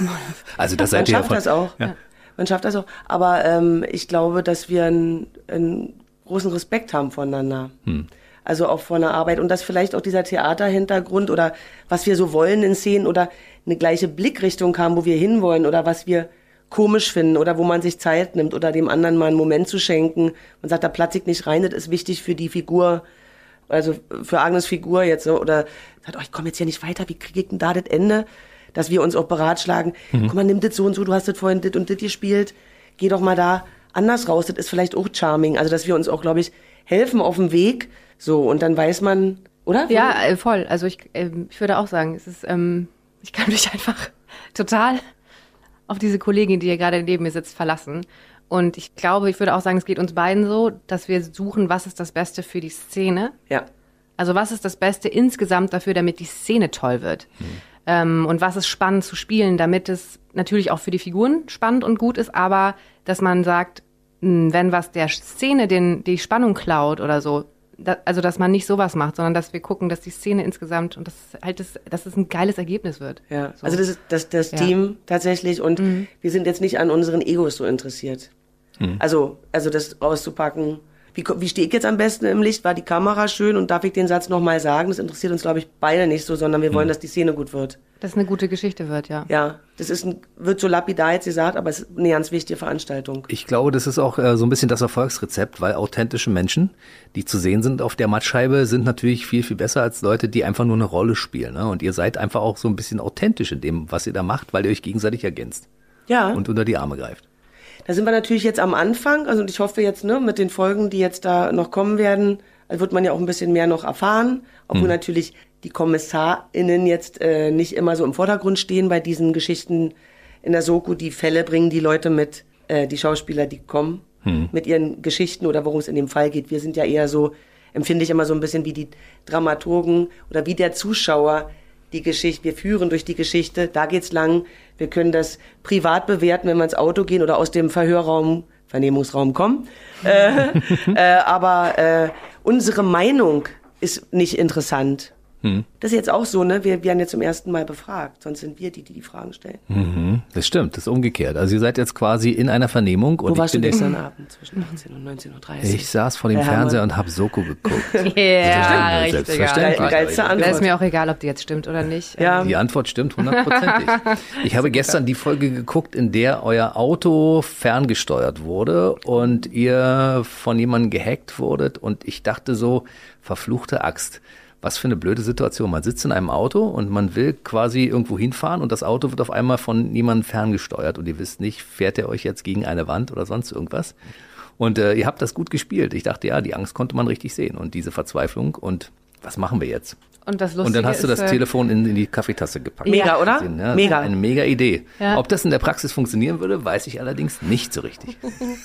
Also das Man seid ihr ja schafft von, das auch. Ja. Man schafft das auch. Aber ähm, ich glaube, dass wir einen, einen großen Respekt haben voneinander. Hm. Also auch vor einer Arbeit. Und dass vielleicht auch dieser Theaterhintergrund oder was wir so wollen in Szenen oder eine gleiche Blickrichtung haben, wo wir hinwollen oder was wir komisch finden oder wo man sich Zeit nimmt oder dem anderen mal einen Moment zu schenken. Man sagt, da platze ich nicht rein, das ist wichtig für die Figur, also für Agnes Figur jetzt so. Oder sagt, oh, ich komme jetzt hier nicht weiter, wie kriege ich denn da das Ende? Dass wir uns auch beratschlagen, guck mal, nimm das so und so, du hast das vorhin das und das gespielt, geh doch mal da anders raus, das ist vielleicht auch charming. Also dass wir uns auch, glaube ich, helfen auf dem Weg, so, und dann weiß man, oder? Ja, äh, voll. Also ich, ähm, ich würde auch sagen, es ist, ähm, ich kann mich einfach total auf diese Kollegin, die hier gerade neben mir sitzt, verlassen. Und ich glaube, ich würde auch sagen, es geht uns beiden so, dass wir suchen, was ist das Beste für die Szene. Ja. Also was ist das Beste insgesamt dafür, damit die Szene toll wird? Mhm. Ähm, und was ist spannend zu spielen, damit es natürlich auch für die Figuren spannend und gut ist, aber dass man sagt, mh, wenn was der Szene den, die Spannung klaut oder so, da, also dass man nicht sowas macht, sondern dass wir gucken, dass die Szene insgesamt und das halt das, dass es ein geiles Ergebnis wird. Ja, So. also das ist das, das Ja. Team tatsächlich und Mhm. wir sind jetzt nicht an unseren Egos so interessiert. Mhm. Also, also das rauszupacken. Wie, wie stehe ich jetzt am besten im Licht? War die Kamera schön und darf ich den Satz nochmal sagen? Das interessiert uns, glaube ich, beide nicht so, sondern wir wollen, dass die Szene gut wird. Dass es eine gute Geschichte wird, ja. Ja, das ist ein, wird so lapidar jetzt gesagt, aber es ist eine ganz wichtige Veranstaltung. Ich glaube, das ist auch äh, so ein bisschen das Erfolgsrezept, weil authentische Menschen, die zu sehen sind auf der Mattscheibe, sind natürlich viel, viel besser als Leute, die einfach nur eine Rolle spielen. Ne? Und ihr seid einfach auch so ein bisschen authentisch in dem, was ihr da macht, weil ihr euch gegenseitig ergänzt Ja. und unter die Arme greift. Da sind wir natürlich jetzt am Anfang, also ich hoffe jetzt, ne, mit den Folgen, die jetzt da noch kommen werden, wird man ja auch ein bisschen mehr noch erfahren, obwohl Hm. natürlich die KommissarInnen jetzt äh, nicht immer so im Vordergrund stehen bei diesen Geschichten in der Soko. Die Fälle bringen die Leute mit, äh, die Schauspieler, die kommen, Hm. mit ihren Geschichten oder worum es in dem Fall geht. Wir sind ja eher so, empfinde ich immer so ein bisschen wie die Dramaturgen oder wie der Zuschauer die Geschichte, wir führen durch die Geschichte, da geht's lang. Wir können das privat bewerten, wenn wir ins Auto gehen oder aus dem Verhörraum, Vernehmungsraum kommen. äh, äh, aber äh, unsere Meinung ist nicht interessant. Hm. Das ist jetzt auch so, ne? Wir werden jetzt zum ersten Mal befragt, sonst sind wir die, die die Fragen stellen. Mhm. Das stimmt, das ist umgekehrt. Also ihr seid jetzt quasi in einer Vernehmung. Und Wo ich warst du bin der- gestern Abend zwischen achtzehn und neunzehn Uhr dreißig? Ich saß vor dem Herr Fernseher Herrmann. und habe Soko geguckt. Ja, richtig. Selbstverständlich. Geil- geilste Antwort. Da ist mir auch egal, ob die jetzt stimmt oder nicht. Ja. Die Antwort stimmt hundertprozentig. Ich habe gestern die Folge geguckt, in der euer Auto ferngesteuert wurde und ihr von jemandem gehackt wurdet und ich dachte so, verfluchte Axt. Was für eine blöde Situation. Man sitzt in einem Auto und man will quasi irgendwo hinfahren und das Auto wird auf einmal von jemandem ferngesteuert und ihr wisst nicht, fährt er euch jetzt gegen eine Wand oder sonst irgendwas. Und äh, ihr habt das gut gespielt. Ich dachte, ja, die Angst konnte man richtig sehen und diese Verzweiflung und was machen wir jetzt? Und das Lustige Und dann hast du das ist, äh, Telefon in, in die Kaffeetasse gepackt. Mega, Ja. oder? Ja, Mega. Eine mega Idee. Ja. Ob das in der Praxis funktionieren würde, weiß ich allerdings nicht so richtig.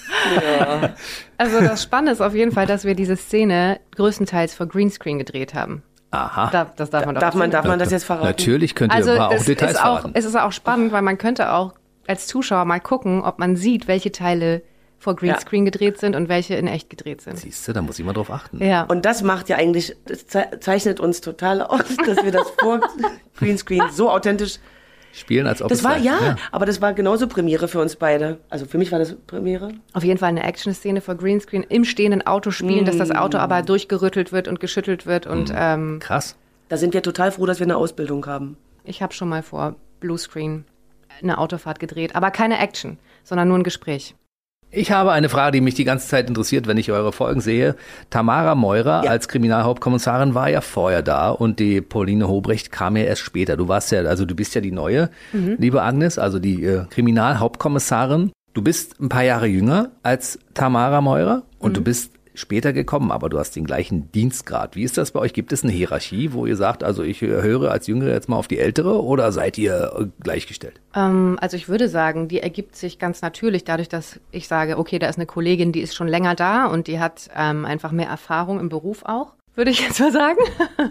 Also das Spannende ist auf jeden Fall, dass wir diese Szene größtenteils vor Greenscreen gedreht haben. Aha. Da, das darf man doch Darf man, erzählen. darf man das jetzt verraten? Natürlich könnt ihr Also ein paar auch das Details ist auch, verraten. es ist auch spannend, weil man könnte auch als Zuschauer mal gucken, ob man sieht, welche Teile vor Greenscreen ja. gedreht sind und welche in echt gedreht sind. Siehst du, da muss ich mal drauf achten. Ja. Und das macht ja eigentlich, das zeichnet uns total aus, dass wir das vor Greenscreen so authentisch spielen, als ob das es war. sei. Ja, ja, aber das war genauso Premiere für uns beide. Also für mich war das Premiere. Auf jeden Fall eine Action-Szene vor Greenscreen im stehenden Auto spielen, mm. dass das Auto aber durchgerüttelt wird und geschüttelt wird. Und, mm. ähm, krass. Da sind wir total froh, dass wir eine Ausbildung haben. Ich habe schon mal vor Bluescreen eine Autofahrt gedreht, aber keine Action, sondern nur ein Gespräch. Ich habe eine Frage, die mich die ganze Zeit interessiert, wenn ich eure Folgen sehe. Tamara Meurer ja. als Kriminalhauptkommissarin war ja vorher da und die Pauline Hobrecht kam ja erst später. Du warst ja, also du bist ja die neue, mhm. liebe Agnes, also die äh, Kriminalhauptkommissarin. Du bist ein paar Jahre jünger als Tamara Meurer und mhm. du bist später gekommen, aber du hast den gleichen Dienstgrad. Wie ist das bei euch? Gibt es eine Hierarchie, wo ihr sagt, also ich höre als Jüngere jetzt mal auf die Ältere oder seid ihr gleichgestellt? Ähm, also ich würde sagen, die ergibt sich ganz natürlich dadurch, dass ich sage, okay, da ist eine Kollegin, die ist schon länger da und die hat ähm, einfach mehr Erfahrung im Beruf auch, würde ich jetzt mal sagen.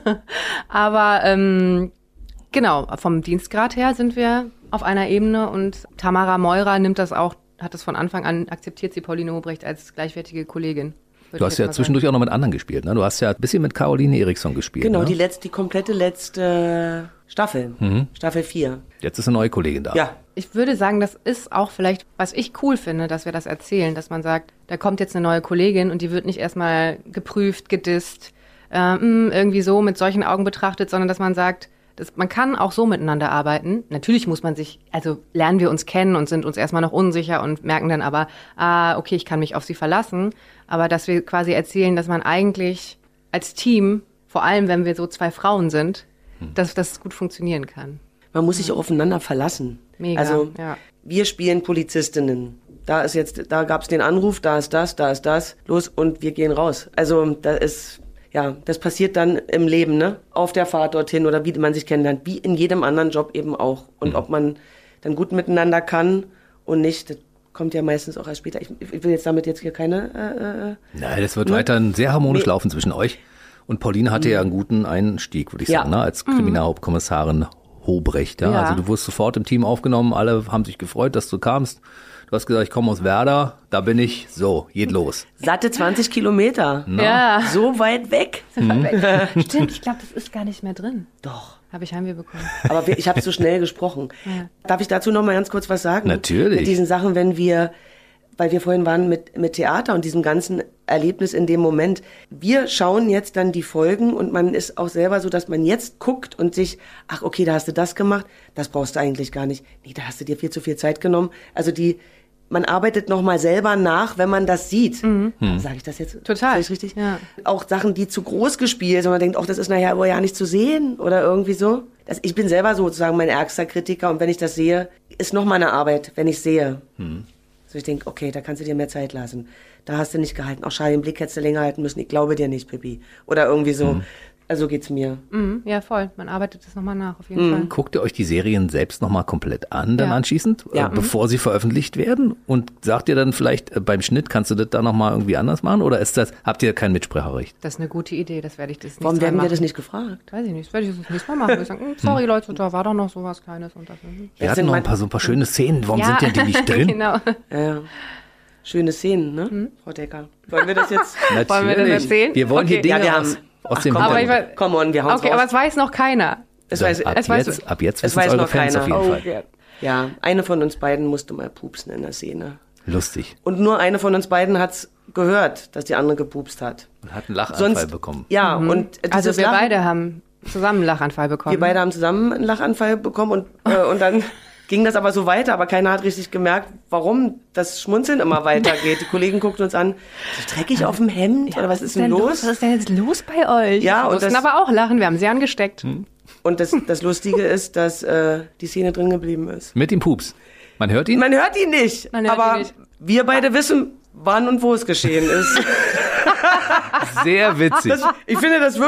Aber ähm, genau, vom Dienstgrad her sind wir auf einer Ebene und Tamara Meurer nimmt das auch, hat das von Anfang an, akzeptiert sie Pauline Hobrecht als gleichwertige Kollegin. Du hast ja zwischendurch sagen. auch noch mit anderen gespielt, ne? Du hast ja ein bisschen mit Caroline Eriksson gespielt. Genau, ne? die letzte, die komplette letzte Staffel, mhm. Staffel vier. Jetzt ist eine neue Kollegin da. Ja. Ich würde sagen, das ist auch vielleicht, was ich cool finde, dass wir das erzählen, dass man sagt, da kommt jetzt eine neue Kollegin und die wird nicht erstmal geprüft, gedisst, äh, irgendwie so mit solchen Augen betrachtet, sondern dass man sagt, das, man kann auch so miteinander arbeiten. Natürlich muss man sich, also lernen wir uns kennen und sind uns erstmal noch unsicher und merken dann aber, ah, okay, ich kann mich auf sie verlassen. Aber dass wir quasi erzählen, dass man eigentlich als Team, vor allem wenn wir so zwei Frauen sind, hm. dass das gut funktionieren kann. Man muss sich auch aufeinander verlassen. Mega, also ja. wir spielen Polizistinnen. Da ist jetzt, da gab's den Anruf, da ist das, da ist das, los und wir gehen raus. Also da ist Ja, das passiert dann im Leben, ne? Auf der Fahrt dorthin oder wie man sich kennenlernt, wie in jedem anderen Job eben auch. Und mhm. ob man dann gut miteinander kann und nicht, das kommt ja meistens auch erst später. Ich, ich will jetzt damit jetzt hier keine... Äh, Nein, das wird ne? weiterhin sehr harmonisch nee. laufen zwischen euch. Und Pauline hatte mhm. ja einen guten Einstieg, würde ich ja. sagen, ne? Als Kriminalhauptkommissarin Hobrecht. Ja? Ja. Also du wurdest sofort im Team aufgenommen, alle haben sich gefreut, dass du kamst. Du hast gesagt, ich komme aus Werder, da bin ich, so, geht los. Satte zwanzig Kilometer. No. Ja. So weit weg. Mhm. Stimmt, ich glaube, das ist gar nicht mehr drin. Doch. Habe ich Heimweh bekommen. Aber wir, ich habe so schnell gesprochen. Ja. Darf ich dazu noch mal ganz kurz was sagen? Natürlich. Mit diesen Sachen, wenn wir, weil wir vorhin waren mit, mit Theater und diesem ganzen Erlebnis in dem Moment. Wir schauen jetzt dann die Folgen und man ist auch selber so, dass man jetzt guckt und sich, ach okay, da hast du das gemacht, das brauchst du eigentlich gar nicht. Nee, da hast du dir viel zu viel Zeit genommen. Also die, man arbeitet noch mal selber nach, wenn man das sieht. Mhm. Sage ich das jetzt? Total. Sag ich richtig? Ja. Auch Sachen, die zu groß gespielt sind. Man denkt, ach, das ist nachher aber ja nicht zu sehen oder irgendwie so. Das, ich bin selber sozusagen mein ärgster Kritiker und wenn ich das sehe, ist noch mal eine Arbeit, wenn ich sehe. Mhm. So ich denke, okay, da kannst du dir mehr Zeit lassen. Da hast du nicht gehalten. Auch schade, den Blick hättest du länger halten müssen. Ich glaube dir nicht, Pippi. Oder irgendwie so. Mhm. Also geht's mir. Mhm, ja, voll. Man arbeitet das nochmal nach, auf jeden Mhm. Fall. Guckt ihr euch die Serien selbst nochmal komplett an, dann Ja. anschließend, Ja. äh, bevor sie veröffentlicht werden? Und sagt ihr dann vielleicht äh, beim Schnitt, kannst du das da nochmal irgendwie anders machen? Oder ist das, habt ihr kein Mitspracherecht? Das ist eine gute Idee, das werde ich das nächste Warum Mal werden wir machen. das nicht gefragt? Weiß ich nicht, das werde ich das nächste Mal machen. Ich sagen, sorry Leute, da war doch noch sowas Kleines. Und das. Wir Das hatten sind noch ein mein- paar, so ein paar schöne Szenen. Warum Ja. sind denn die nicht drin? Genau. Ja, ja. Schöne Szenen, ne, Mhm. Frau Decker? Wollen wir das jetzt? Natürlich. Wollen wir denn erzählen? Wir wollen hier Okay. Dinge Ja, wir aus, haben- aus Ach, dem komm, Aber ich Hintergrund. weiß, Come on, wir hauen okay, aber es weiß noch keiner. es weiß, ab, es weiß, jetzt, ab jetzt es wissen es weiß eure noch Fans keiner. auf jeden Oh, Fall. ja. Ja, eine von uns beiden musste mal pupsen in der Szene. Lustig. Und nur eine von uns beiden hat's gehört, dass die andere gepupst hat. Und hat einen Lachanfall Sonst, bekommen. ja, und dieses Also wir Lachen, beide haben zusammen einen Lachanfall bekommen. wir beide haben zusammen einen Lachanfall bekommen und, äh, und dann ging das aber so weiter, aber keiner hat richtig gemerkt, warum das Schmunzeln immer weitergeht. Die Kollegen guckten uns an, so dreckig auf dem Hemd oder was ist denn los? Was ist denn jetzt los bei euch? Ja, wir und mussten das- aber auch lachen, wir haben sie angesteckt. Und das, das Lustige ist, dass äh, die Szene drin geblieben ist. Mit dem Pups. Man hört ihn? Man hört ihn nicht, Man hört aber ihn nicht. wir beide wissen, wann und wo es geschehen ist. Sehr witzig. Das, ich finde das wirklich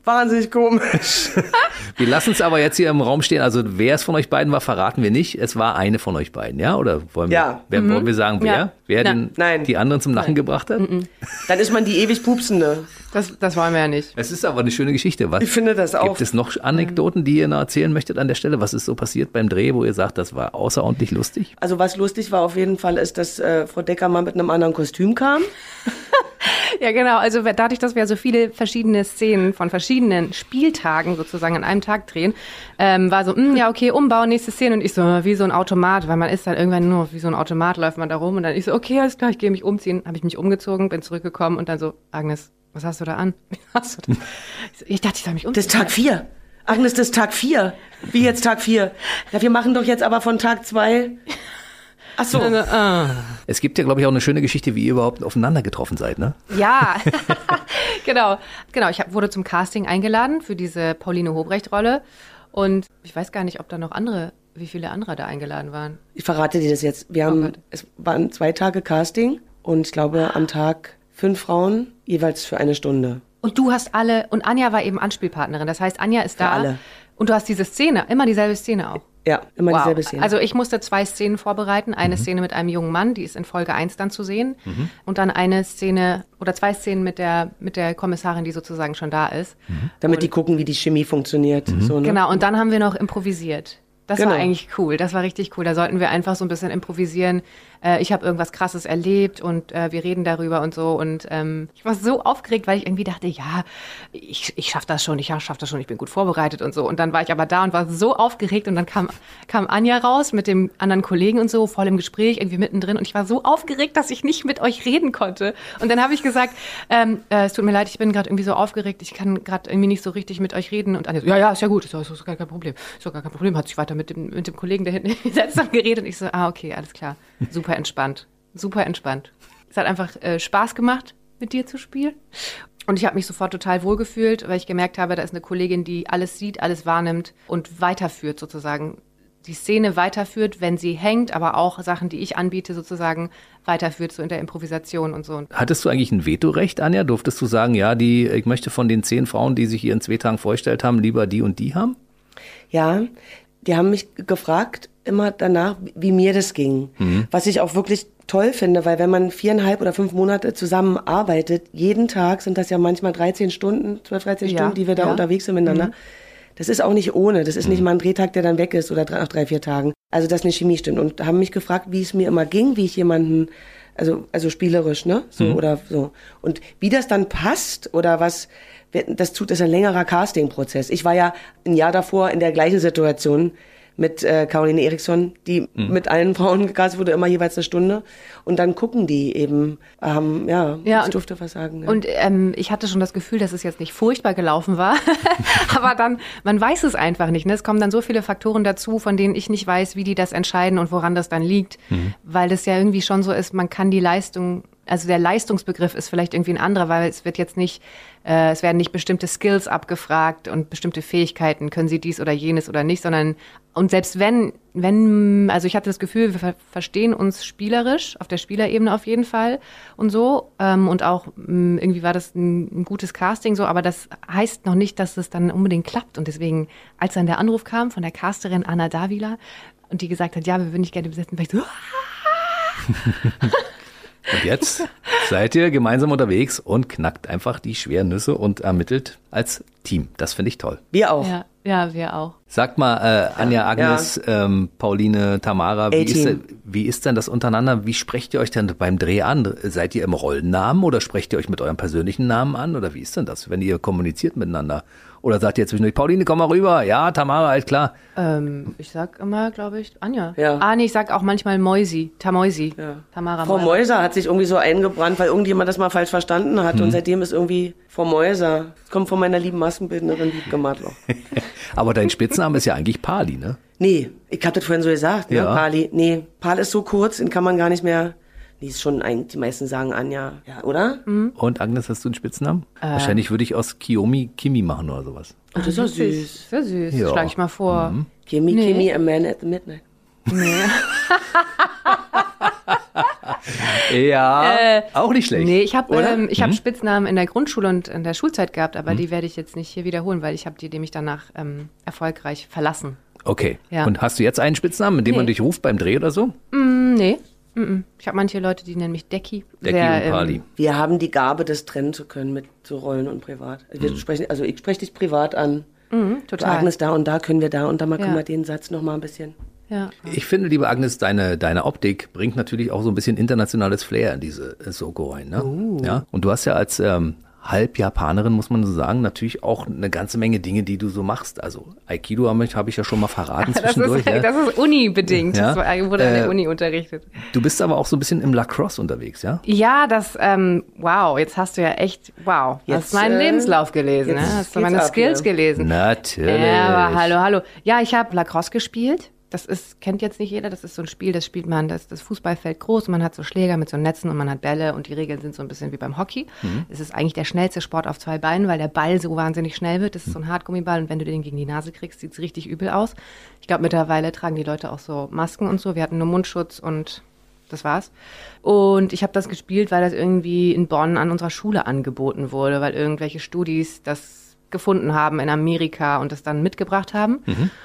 wahnsinnig komisch. Wir lassen es aber jetzt hier im Raum stehen. Also wer es von euch beiden war, verraten wir nicht. Es war eine von euch beiden, ja? Oder wollen wir, Ja. wer, wollen wir sagen, wer? Ja. Wer Na, den, nein. die anderen zum Lachen gebracht hat? Dann ist man die ewig Pupsende. Das, das wollen wir ja nicht. Es ist aber eine schöne Geschichte. Was, Ich finde das auch. Gibt es noch Anekdoten, die ihr noch erzählen möchtet an der Stelle? Was ist so passiert beim Dreh, wo ihr sagt, das war außerordentlich lustig? Also was lustig war auf jeden Fall, ist, dass äh, Frau Decker mal mit einem anderen Kostüm kam. Ja, genau. Also dadurch, dass wir so viele verschiedene Szenen von verschiedenen Spieltagen sozusagen an einem Tag drehen, ähm, war so, mh, ja, okay, Umbau, nächste Szene. Und ich so, wie so ein Automat, weil man ist dann irgendwann nur wie so ein Automat, läuft man da rum. Und dann ich so, okay, alles klar, ich gehe mich umziehen. Habe ich mich umgezogen, bin zurückgekommen und dann so, Agnes, was hast du da an? Was hast du da? Ich, so, ich dachte, ich soll mich umziehen. Das ist Tag vier. Agnes, das ist Tag vier. Wie jetzt Tag vier? Ja, wir machen doch jetzt aber von Tag zwei. Ach so. Es gibt ja, glaube ich, auch eine schöne Geschichte, wie ihr überhaupt aufeinander getroffen seid, ne? Ja, genau. Genau, ich hab, wurde zum Casting eingeladen für diese Pauline Hobrecht-Rolle. Und ich weiß gar nicht, ob da noch andere, wie viele andere da eingeladen waren. Ich verrate dir das jetzt. Wir haben, Gott. es waren zwei Tage Casting und ich glaube am Tag fünf Frauen, jeweils für eine Stunde. Und du hast alle, und Anja war eben Anspielpartnerin. Das heißt, Anja ist da. alle. Und du hast diese Szene, immer dieselbe Szene auch. Ja, immer dieselbe Szene. Also ich musste zwei Szenen vorbereiten. Eine mhm. Szene mit einem jungen Mann, die ist in Folge eins dann zu sehen. Mhm. Und dann eine Szene oder zwei Szenen mit der, mit der Kommissarin, die sozusagen schon da ist. Mhm. Damit und die gucken, wie die Chemie funktioniert. Mhm. So, ne? Genau, und dann haben wir noch improvisiert. Das Genau. war eigentlich cool, das war richtig cool. Da sollten wir einfach so ein bisschen improvisieren. Äh, ich habe irgendwas Krasses erlebt und äh, wir reden darüber und so. Und ähm, ich war so aufgeregt, weil ich irgendwie dachte, ja, ich, ich schaff das schon, ich schaff das schon, ich bin gut vorbereitet und so. Und dann war ich aber da und war so aufgeregt und dann kam, kam Anja raus mit dem anderen Kollegen und so, voll im Gespräch, irgendwie mittendrin. Und ich war so aufgeregt, dass ich nicht mit euch reden konnte. Und dann habe ich gesagt, ähm, äh, es tut mir leid, ich bin gerade irgendwie so aufgeregt, ich kann gerade irgendwie nicht so richtig mit euch reden. Und Anja so, ja, ja, ist ja gut, ist, ist, ist gar kein Problem. Ist doch gar kein Problem, hat sich weiter mit dem, mit dem Kollegen da hinten gesetzt und geredet. Und ich so, ah, okay, alles klar. Super entspannt. Super entspannt. Es hat einfach äh, Spaß gemacht, mit dir zu spielen. Und ich habe mich sofort total wohlgefühlt, weil ich gemerkt habe, da ist eine Kollegin, die alles sieht, alles wahrnimmt und weiterführt sozusagen. Die Szene weiterführt, wenn sie hängt, aber auch Sachen, die ich anbiete, sozusagen weiterführt, so in der Improvisation und so. Hattest du eigentlich ein Vetorecht, Anja? Durftest du sagen, ja, die, ich möchte von den zehn Frauen, die sich hier in zwei Tagen vorgestellt haben, lieber die und die haben? Ja, die haben mich gefragt immer danach, wie mir das ging. Mhm. Was ich auch wirklich toll finde, weil wenn man viereinhalb oder fünf Monate zusammenarbeitet, jeden Tag sind das ja manchmal dreizehn Stunden, zwölf, dreizehn ja, Stunden, die wir da ja. unterwegs sind miteinander. Mhm. Das ist auch nicht ohne. Das ist nicht mhm. mal ein Drehtag, der dann weg ist oder nach drei, vier Tagen. Also, dass eine Chemie stimmt. Und haben mich gefragt, wie es mir immer ging, wie ich jemanden, also, also spielerisch, ne? So, mhm. oder so. Und wie das dann passt oder was, das tut, das ist ein längerer Casting-Prozess. Ich war ja ein Jahr davor in der gleichen Situation mit äh, Caroline Eriksson, die mhm. mit allen Frauen gecastet wurde, immer jeweils eine Stunde. Und dann gucken die eben, ähm, ja, ja, ich und, durfte was sagen. Ja. Und ähm, ich hatte schon das Gefühl, dass es jetzt nicht furchtbar gelaufen war. Aber dann, man weiß es einfach nicht. Ne? Es kommen dann so viele Faktoren dazu, von denen ich nicht weiß, wie die das entscheiden und woran das dann liegt. Mhm. Weil das ja irgendwie schon so ist, man kann die Leistung, also der Leistungsbegriff ist vielleicht irgendwie ein anderer, weil es wird jetzt nicht, äh, es werden nicht bestimmte Skills abgefragt und bestimmte Fähigkeiten, können sie dies oder jenes oder nicht, sondern, und selbst wenn, wenn, also ich hatte das Gefühl, wir ver- verstehen uns spielerisch, auf der Spielerebene auf jeden Fall und so, ähm, und auch mh, irgendwie war das ein, ein gutes Casting so, aber das heißt noch nicht, dass es dann unbedingt klappt und deswegen, als dann der Anruf kam von der Casterin Anna Davila und die gesagt hat, ja, wir würden dich gerne besetzen, war ich so, Und jetzt seid ihr gemeinsam unterwegs und knackt einfach die schweren Nüsse und ermittelt als Team. Das finde ich toll. Wir auch. ja, ja, wir auch. Sagt mal, äh, Anja, Agnes, ja. ähm, Pauline, Tamara, wie ist, denn, wie ist denn das untereinander? Wie sprecht ihr euch denn beim Dreh an? Seid ihr im Rollennamen oder sprecht ihr euch mit eurem persönlichen Namen an? Oder wie ist denn das, wenn ihr kommuniziert miteinander? Oder sagt ihr zwischendurch, Pauline, komm mal rüber. Ja, Tamara, halt klar. Ähm, ich sag immer, glaube ich, Anja. Ja. Ah, nee, ich sag auch manchmal Moisi, Tamoisi. Ja. Tamara Frau Meuser. Meuser hat sich irgendwie so eingebrannt, weil irgendjemand das mal falsch verstanden hat. Mhm. Und seitdem ist irgendwie Frau Meuser. Das kommt von meiner lieben Maskenbildnerin Wiebke Matloch. Aber dein Spitzname ist ja eigentlich Pali, ne? Nee, ich hab das vorhin so gesagt, ne? Ja. Pali. Nee, Pal ist so kurz, den kann man gar nicht mehr. Nee, ist schon ein, die meisten sagen Anja. Ja, oder? Mhm. Und Agnes, hast du einen Spitznamen? Äh. Wahrscheinlich würde ich aus Kiyomi Kimi machen oder sowas. Oh, das ist doch süß. Sehr süß. Ja. Schlag ich mal vor. Mhm. Kimi, Nee. Kimi, a man at the midnight. Nee. Ja, Äh, auch nicht schlecht. Nee, ich habe ähm, ich hab Mhm. Spitznamen in der Grundschule und in der Schulzeit gehabt, aber die werde ich jetzt nicht hier wiederholen, weil ich habe die nämlich danach ähm, erfolgreich verlassen. Okay. Ja. Und hast du jetzt einen Spitznamen, mit dem Nee. man dich ruft beim Dreh oder so? Mm, nee, mm, mm. Ich habe manche Leute, die nennen mich Decki. Decki Sehr, und Pali. ähm, Wir haben die Gabe, das trennen zu können mit so Rollen und privat. Wir Mhm. sprechen, also ich spreche dich privat an. mm, Du, total. Agnes, da und da können wir da und da mal Ja. können wir den Satz noch mal ein bisschen. Ja. Ich finde, liebe Agnes, deine, deine Optik bringt natürlich auch so ein bisschen internationales Flair in diese äh, Soko rein. Ne? Oh. Ja? Und du hast ja als ähm, Halbjapanerin, muss man so sagen, natürlich auch eine ganze Menge Dinge, die du so machst. Also Aikido habe ich, hab ich ja schon mal verraten Das zwischendurch. ist, ja. das ist Uni-bedingt. Ja. Das war- wurde an Äh, der Uni unterrichtet. Du bist aber auch so ein bisschen im Lacrosse unterwegs, ja? Ja, das, ähm, wow, jetzt hast du ja echt, wow, Jetzt, hast meinen äh, Lebenslauf gelesen, ne? jetzt Hast du geht's meine ab Skills hier. gelesen. Natürlich. Ja, aber hallo, hallo. Ja, ich habe Lacrosse gespielt. Das ist, kennt jetzt nicht jeder, das ist so ein Spiel, das spielt man, das, das Fußballfeld groß und man hat so Schläger mit so Netzen und man hat Bälle und die Regeln sind so ein bisschen wie beim Hockey. Es ist eigentlich der schnellste Sport auf zwei Beinen, weil der Ball so wahnsinnig schnell wird. Das ist so ein Hartgummiball und wenn du den gegen die Nase kriegst, sieht's richtig übel aus. Ich glaube, mittlerweile tragen die Leute auch so Masken und so. Wir hatten nur Mundschutz und das war's. Und ich habe das gespielt, weil das irgendwie in Bonn an unserer Schule angeboten wurde, weil irgendwelche Studis das gefunden haben in Amerika und das dann mitgebracht haben.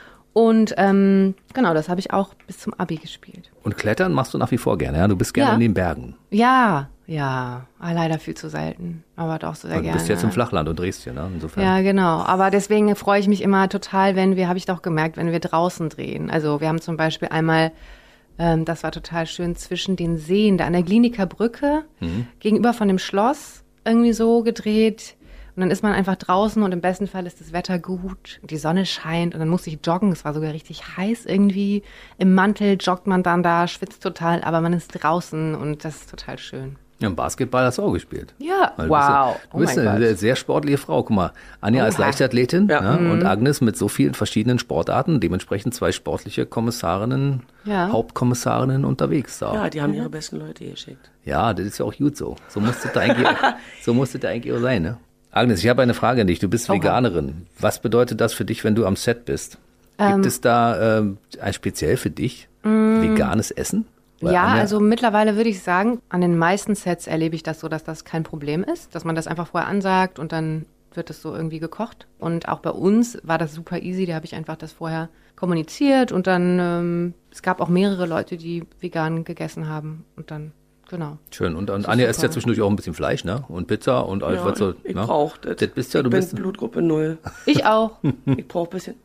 Und ähm, genau, das habe ich auch bis zum Abi gespielt. Und Klettern machst du nach wie vor gerne, ja? Du bist gerne Ja. in den Bergen. Ja, ja, ah, leider viel zu selten, aber doch sehr Du gerne. bist jetzt im Flachland und drehst hier, ne? Insofern. Ja, genau. Aber deswegen freue ich mich immer total, wenn wir, habe ich doch gemerkt, wenn wir draußen drehen. Also wir haben zum Beispiel einmal, ähm, das war total schön, zwischen den Seen, da an der Gliniker Brücke, gegenüber von dem Schloss, irgendwie so gedreht. Und dann ist man einfach draußen und im besten Fall ist das Wetter gut, die Sonne scheint und dann musste ich joggen. Es war sogar richtig heiß irgendwie. Im Mantel joggt man dann da, schwitzt total, aber man ist draußen und das ist total schön. Ja, im Basketball hast du auch gespielt. Ja, Weil du bist ja- wow. Du Oh bist mein eine Gott. sehr, sehr sportliche Frau. Guck mal, Anja als Oha. Leichtathletin Ja. ne? und Agnes mit so vielen verschiedenen Sportarten, dementsprechend zwei sportliche Kommissarinnen, Ja. Hauptkommissarinnen unterwegs da. Ja, die haben ihre besten Leute geschickt. Ja, das ist ja auch gut so. So musste da eigentlich, so musste da eigentlich auch sein, ne? Agnes, ich habe eine Frage an dich. Du bist Oha. Veganerin. Was bedeutet das für dich, wenn du am Set bist? Gibt es da ähm, ein speziell für dich veganes Essen? Weil Ja, Anja- also mittlerweile würde ich sagen, an den meisten Sets erlebe ich das so, dass das kein Problem ist, dass man das einfach vorher ansagt und dann wird es so irgendwie gekocht. Und auch bei uns war das super easy, da habe ich einfach das vorher kommuniziert und dann, ähm, es gab auch mehrere Leute, die vegan gegessen haben und dann, genau. Schön. Und, und ist Anja isst ja super. zwischendurch auch ein bisschen Fleisch, ne? Und Pizza und alles, was so. ich ne? brauch das. Das bist ja, ich du bin bist. Blutgruppe null. Ich auch. Ich brauche ein bisschen.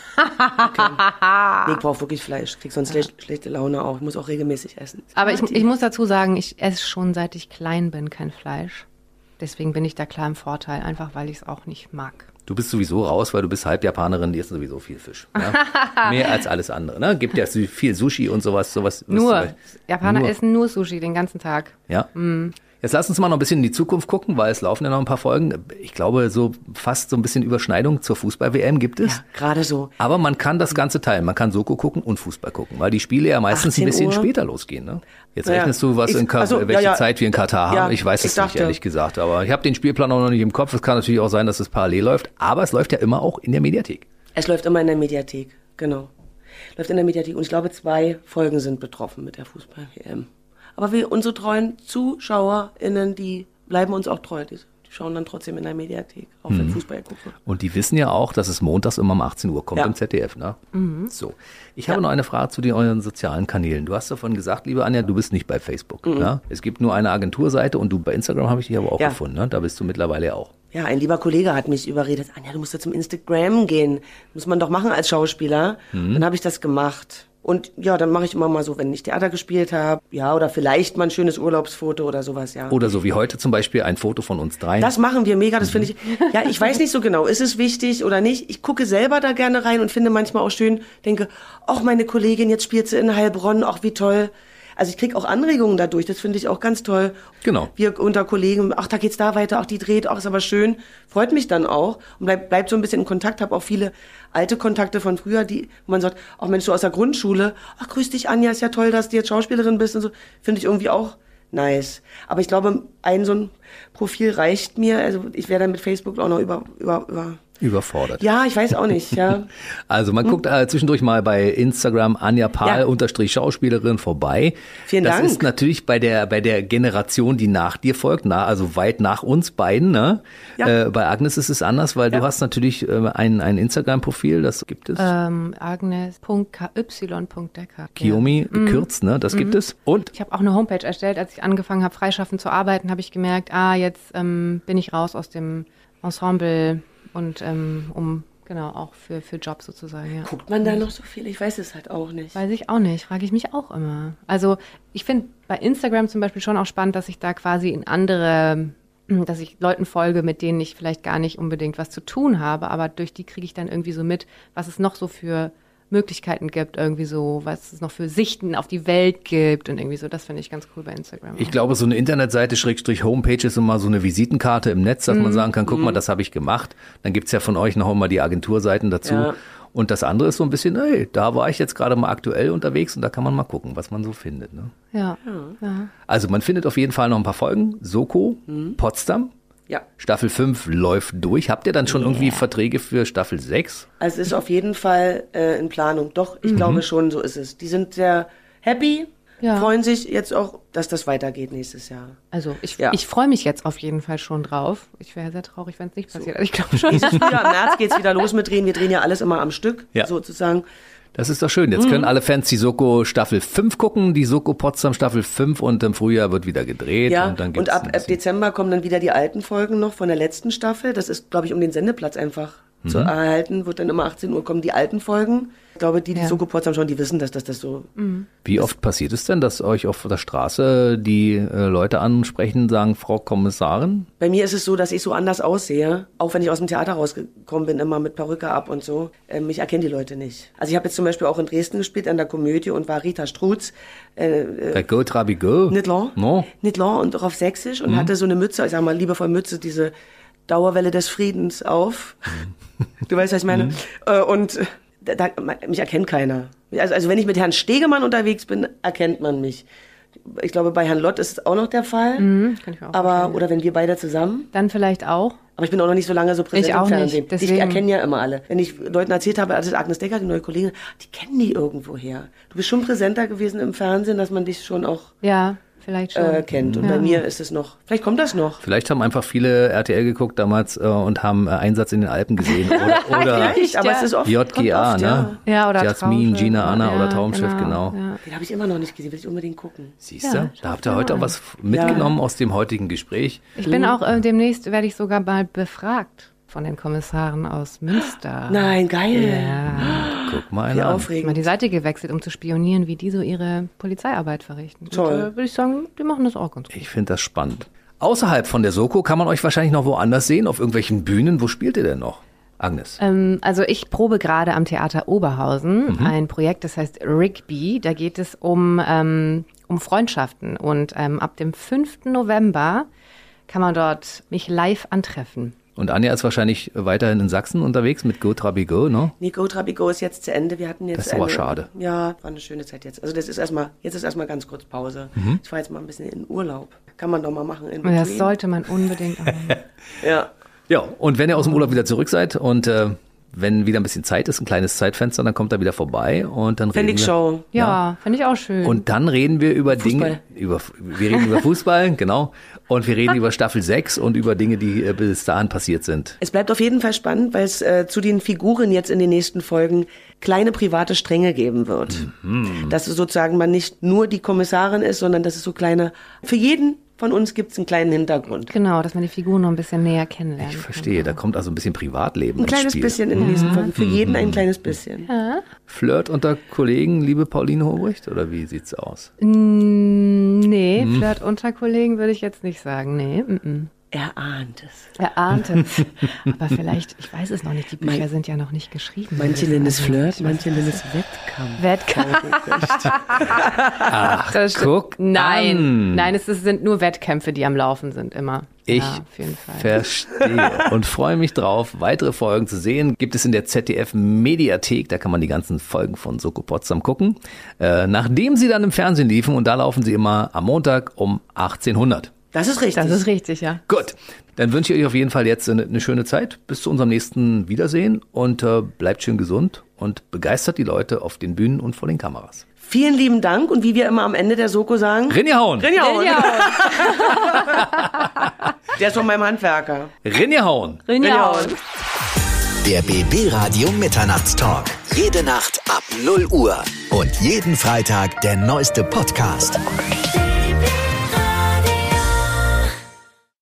Okay. Nee, ich brauche wirklich Fleisch. Krieg sonst schle schlechte Laune auch. Ich muss auch regelmäßig essen. Aber ich, ich muss dazu sagen, ich esse schon seit ich klein bin kein Fleisch. Deswegen bin ich da klar im Vorteil, einfach weil ich es auch nicht mag. Du bist sowieso raus, weil du bist Halbjapanerin, die essen sowieso viel Fisch. Ja? Mehr als alles andere, ne? Gibt ja viel Sushi und sowas. sowas was Nur, zum Japaner Nur. essen nur Sushi den ganzen Tag. Ja. Jetzt lass uns mal noch ein bisschen in die Zukunft gucken, weil es laufen ja noch ein paar Folgen. Ich glaube, so fast so ein bisschen Überschneidung zur Fußball-W M gibt es. Ja, gerade so. Aber man kann das Ganze teilen. Man kann Soko gucken und Fußball gucken, weil die Spiele ja meistens ein achtzehn bisschen Uhr. später losgehen. Ne? Jetzt Naja, rechnest du, was ich- in Ka also, welche ja, ja. Zeit wir in Katar Ja, haben. Ich weiß ich es nicht, dachte- ehrlich gesagt. Aber ich habe den Spielplan auch noch nicht im Kopf. Es kann natürlich auch sein, dass es parallel läuft. Aber es läuft ja immer auch in der Mediathek. Es läuft immer in der Mediathek, genau. Läuft in der Mediathek und ich glaube, zwei Folgen sind betroffen mit der Fußball-W M. Aber wir, unsere treuen ZuschauerInnen, die bleiben uns auch treu. Die, die schauen dann trotzdem in der Mediathek, auch wenn Fußball geguckt wird. Und die wissen ja auch, dass es montags immer um achtzehn Uhr kommt Ja. im Z D F. Ne? So. Ich habe noch eine Frage zu den euren sozialen Kanälen. Du hast davon gesagt, liebe Anja, du bist nicht bei Facebook. Ne? Es gibt nur eine Agenturseite und du bei Instagram habe ich dich aber auch Ja. gefunden. Ne? Da bist du mittlerweile auch. Ja, ein lieber Kollege hat mich überredet, Anja, du musst ja zum Instagram gehen. Muss man doch machen als Schauspieler. Dann habe ich das gemacht. Und ja, dann mache ich immer mal so, wenn ich Theater gespielt habe. Ja, oder vielleicht mal ein schönes Urlaubsfoto oder sowas, ja. Oder so wie heute zum Beispiel ein Foto von uns dreien. Das machen wir mega, das finde ich. Ja, ich weiß nicht so genau, ist es wichtig oder nicht. Ich gucke selber da gerne rein und finde manchmal auch schön, denke, ach, meine Kollegin, jetzt spielt sie in Heilbronn, ach, wie toll. Also ich kriege auch Anregungen dadurch, das finde ich auch ganz toll. Genau. Wir unter Kollegen, ach, da geht's da weiter, ach, die dreht, ach, ist aber schön. Freut mich dann auch und bleib, bleib so ein bisschen in Kontakt, habe auch viele alte Kontakte von früher, die, wo man sagt, ach Mensch, du aus der Grundschule, ach, grüß dich, Anja, ist ja toll, dass du jetzt Schauspielerin bist und so. Finde ich irgendwie auch nice. Aber ich glaube, ein so ein Profil reicht mir. Also ich wäre dann mit Facebook auch noch über, über, über Überfordert. Ja, ich weiß auch nicht, ja. Also man hm? guckt äh, zwischendurch mal bei Instagram Anja Pahl Ja. unterstrich Schauspielerin vorbei. Vielen das Dank. ist natürlich bei der bei der Generation, die nach dir folgt, na, also weit nach uns beiden. Ne? Ja. Äh, bei Agnes ist es anders, weil Ja. du hast natürlich äh, ein, ein Instagram-Profil, das gibt es. Ähm, agnes punkt k y punkt decker. Kiyomi, gekürzt, ne? Das gibt es. Und Ich habe auch eine Homepage erstellt, als ich angefangen habe, freischaffend zu arbeiten, habe ich gemerkt, ah, jetzt ähm, bin ich raus aus dem Ensemble und ähm, um, genau, auch für, für Jobs sozusagen, ja. Guckt man da noch so viel? Ich weiß es halt auch nicht. Weiß ich auch nicht, frage ich mich auch immer. Also ich finde bei Instagram zum Beispiel schon auch spannend, dass ich da quasi in andere, dass ich Leuten folge, mit denen ich vielleicht gar nicht unbedingt was zu tun habe, aber durch die kriege ich dann irgendwie so mit, was es noch so für Möglichkeiten gibt, irgendwie so, was es noch für Sichten auf die Welt gibt und irgendwie so, das finde ich ganz cool bei Instagram. ich glaube, so eine Internetseite, Schrägstrich Homepage ist immer so eine Visitenkarte im Netz, dass Mhm. man sagen kann, guck mal, das habe ich gemacht. Dann gibt's ja von euch noch immer die Agenturseiten dazu. Ja. Und das andere ist so ein bisschen, hey, da war ich jetzt gerade mal aktuell unterwegs und da kann man mal gucken, was man so findet. Ne? Ja, ja. Also man findet auf jeden Fall noch ein paar Folgen. Soko, Mhm. Potsdam, Ja. Staffel fünf läuft durch. Habt ihr dann schon irgendwie Verträge für Staffel sechs? Also es ist auf jeden Fall äh, in Planung. Doch, ich glaube schon, so ist es. Die sind sehr happy, Ja. freuen sich jetzt auch, dass das weitergeht nächstes Jahr. Also ich, Ja. ich freue mich jetzt auf jeden Fall schon drauf. Ich wäre sehr traurig, wenn es nicht passiert. Also ich glaube schon. Nächstes Frühjahr, im März geht's wieder los mit Drehen. Wir drehen ja alles immer am Stück, Ja. sozusagen. Das ist doch schön. Jetzt können alle Fans die Soko Staffel fünf gucken, die Soko Potsdam Staffel fünf und im Frühjahr wird wieder gedreht. Ja, und, dann und gibt's ab, ein ab bisschen- Dezember kommen dann wieder die alten Folgen noch von der letzten Staffel. Das ist, glaube ich, um den Sendeplatz einfach zu erhalten. Wird dann immer achtzehn Uhr kommen die alten Folgen. Ich glaube, die, die Ja. Soko Potsdam schon, die wissen, dass das, das so... Wie oft passiert es denn, dass euch auf der Straße die äh, Leute ansprechen, sagen, Frau Kommissarin? Bei mir ist es so, dass ich so anders aussehe, auch wenn ich aus dem Theater rausgekommen bin, immer mit Perücke ab und so. Ähm, mich erkennen die Leute nicht. Also ich habe jetzt zum Beispiel auch in Dresden gespielt an der Komödie und war Rita Strutz, äh, Bei Go Trabi Go? nicht lang, No? nicht lang und auch auf Sächsisch und hatte so eine Mütze, ich sag mal liebevoll Mütze, diese Dauerwelle des Friedens auf. Du weißt, was ich meine? Äh, Und da, da, mich erkennt keiner. Also, also wenn ich mit Herrn Stegemann unterwegs bin, erkennt man mich. Ich glaube, bei Herrn Lott ist es auch noch der Fall. kann ich mir auch Aber, vorstellen. oder wenn wir beide zusammen. Dann vielleicht auch. Aber ich bin auch noch nicht so lange so präsent Ich auch im Fernsehen. nicht, deswegen- Ich erkenne ja immer alle. Wenn ich Leuten erzählt habe, also Agnes Decker, die neue Kollegin, die kennen die irgendwoher. Du bist schon präsenter gewesen im Fernsehen, dass man dich schon auch Ja, vielleicht schon. äh, kennt. Und bei mir ist es noch, vielleicht kommt das noch. Vielleicht haben einfach viele R T L geguckt damals äh, und haben äh, Einsatz in den Alpen gesehen. Oder, oder Vielleicht, aber ja. es ist oft. J G A, kommt oft, ne? Ja, oder Jasmin, Traumschiff. Gina, Anna Ja, oder Traumschiff, genau. Ja. Den habe ich immer noch nicht gesehen, will ich unbedingt gucken. Siehst du? Ja, Da habt ihr heute auch was mitgenommen aus dem heutigen Gespräch. Ich bin auch, äh, demnächst werde ich sogar mal befragt von den Kommissaren aus Münster. Nein, geil. Ja. Guck mal Wie einer an. Ich habe mal aufregend. die Seite gewechselt, um zu spionieren, wie die so ihre Polizeiarbeit verrichten. Toll. Und, äh, würde ich sagen, die machen das auch ganz gut. Ich finde das spannend. Außerhalb von der Soko kann man euch wahrscheinlich noch woanders sehen, auf irgendwelchen Bühnen. Wo spielt ihr denn noch? Agnes. Ähm, also ich probe gerade am Theater Oberhausen ein Projekt, das heißt Rigby. Da geht es um, ähm, um Freundschaften. Und ähm, ab dem fünften November kann man dort mich live antreffen. Und Anja ist wahrscheinlich weiterhin in Sachsen unterwegs mit Go Trabi Go, ne? Nee, Go Trabi Go ist jetzt zu Ende. Wir hatten jetzt Das ist aber eine, schade. Ja, war eine schöne Zeit jetzt. Also das ist erstmal, jetzt ist erstmal ganz kurz Pause. Mhm. Ich fahre jetzt mal ein bisschen in Urlaub. Kann man doch mal machen. In Und das between. sollte man unbedingt auch machen. Ja. Ja, und wenn ihr aus dem Urlaub wieder zurück seid und äh, wenn wieder ein bisschen Zeit ist, ein kleines Zeitfenster, dann kommt er wieder vorbei und dann Fände reden ich wir. Show. Ja, finde ich auch schön. Und dann reden wir über Dinge, über, wir reden über Fußball, genau. Und wir reden über Staffel sechs und über Dinge, die äh, bis dahin passiert sind. Es bleibt auf jeden Fall spannend, weil es äh, zu den Figuren jetzt in den nächsten Folgen kleine private Stränge geben wird. Mhm. Dass es sozusagen man nicht nur die Kommissarin ist, sondern dass es so kleine, für jeden von uns gibt es einen kleinen Hintergrund. Genau, dass man die Figuren noch ein bisschen näher kennenlernen Ich verstehe, da kommt also ein bisschen Privatleben Ein ins kleines Spiel. bisschen in den nächsten Folgen. Für jeden ein kleines bisschen. Flirt unter Kollegen, liebe Pauline Hobrecht, oder wie sieht's aus? kann. Nee, Flirt unter Kollegen würde ich jetzt nicht sagen. Nee, mm -mm. Er ahnt es. Er ahnt es. Aber vielleicht, ich weiß es noch nicht, die Bücher Mein- sind ja noch nicht geschrieben. Manche nennen es Also, Flirt, manche nennen es Wettkampf. Wettkampf. Ach, Das stimmt. guck Nein, an. nein, es ist, sind nur Wettkämpfe, die am Laufen sind, immer. Ich ja, auf jeden Fall. verstehe und freue mich drauf, weitere Folgen zu sehen. Gibt es in der Z D F-Mediathek, da kann man die ganzen Folgen von Soko Potsdam gucken. Äh, nachdem sie dann im Fernsehen liefen, und da laufen sie immer am Montag um achtzehnhundert. Das ist richtig. Das ist richtig, ja. Gut, dann wünsche ich euch auf jeden Fall jetzt eine, eine schöne Zeit. Bis zu unserem nächsten Wiedersehen und äh, bleibt schön gesund und begeistert die Leute auf den Bühnen und vor den Kameras. Vielen lieben Dank und wie wir immer am Ende der Soko sagen... Rinjehauen! Rinjehauen! Rinjehauen! Der ist von meinem Handwerker. Rinjehauen! Rinjehauen! Der B B Radio Mitternachtstalk. Jede Nacht ab null Uhr. Und jeden Freitag der neueste Podcast.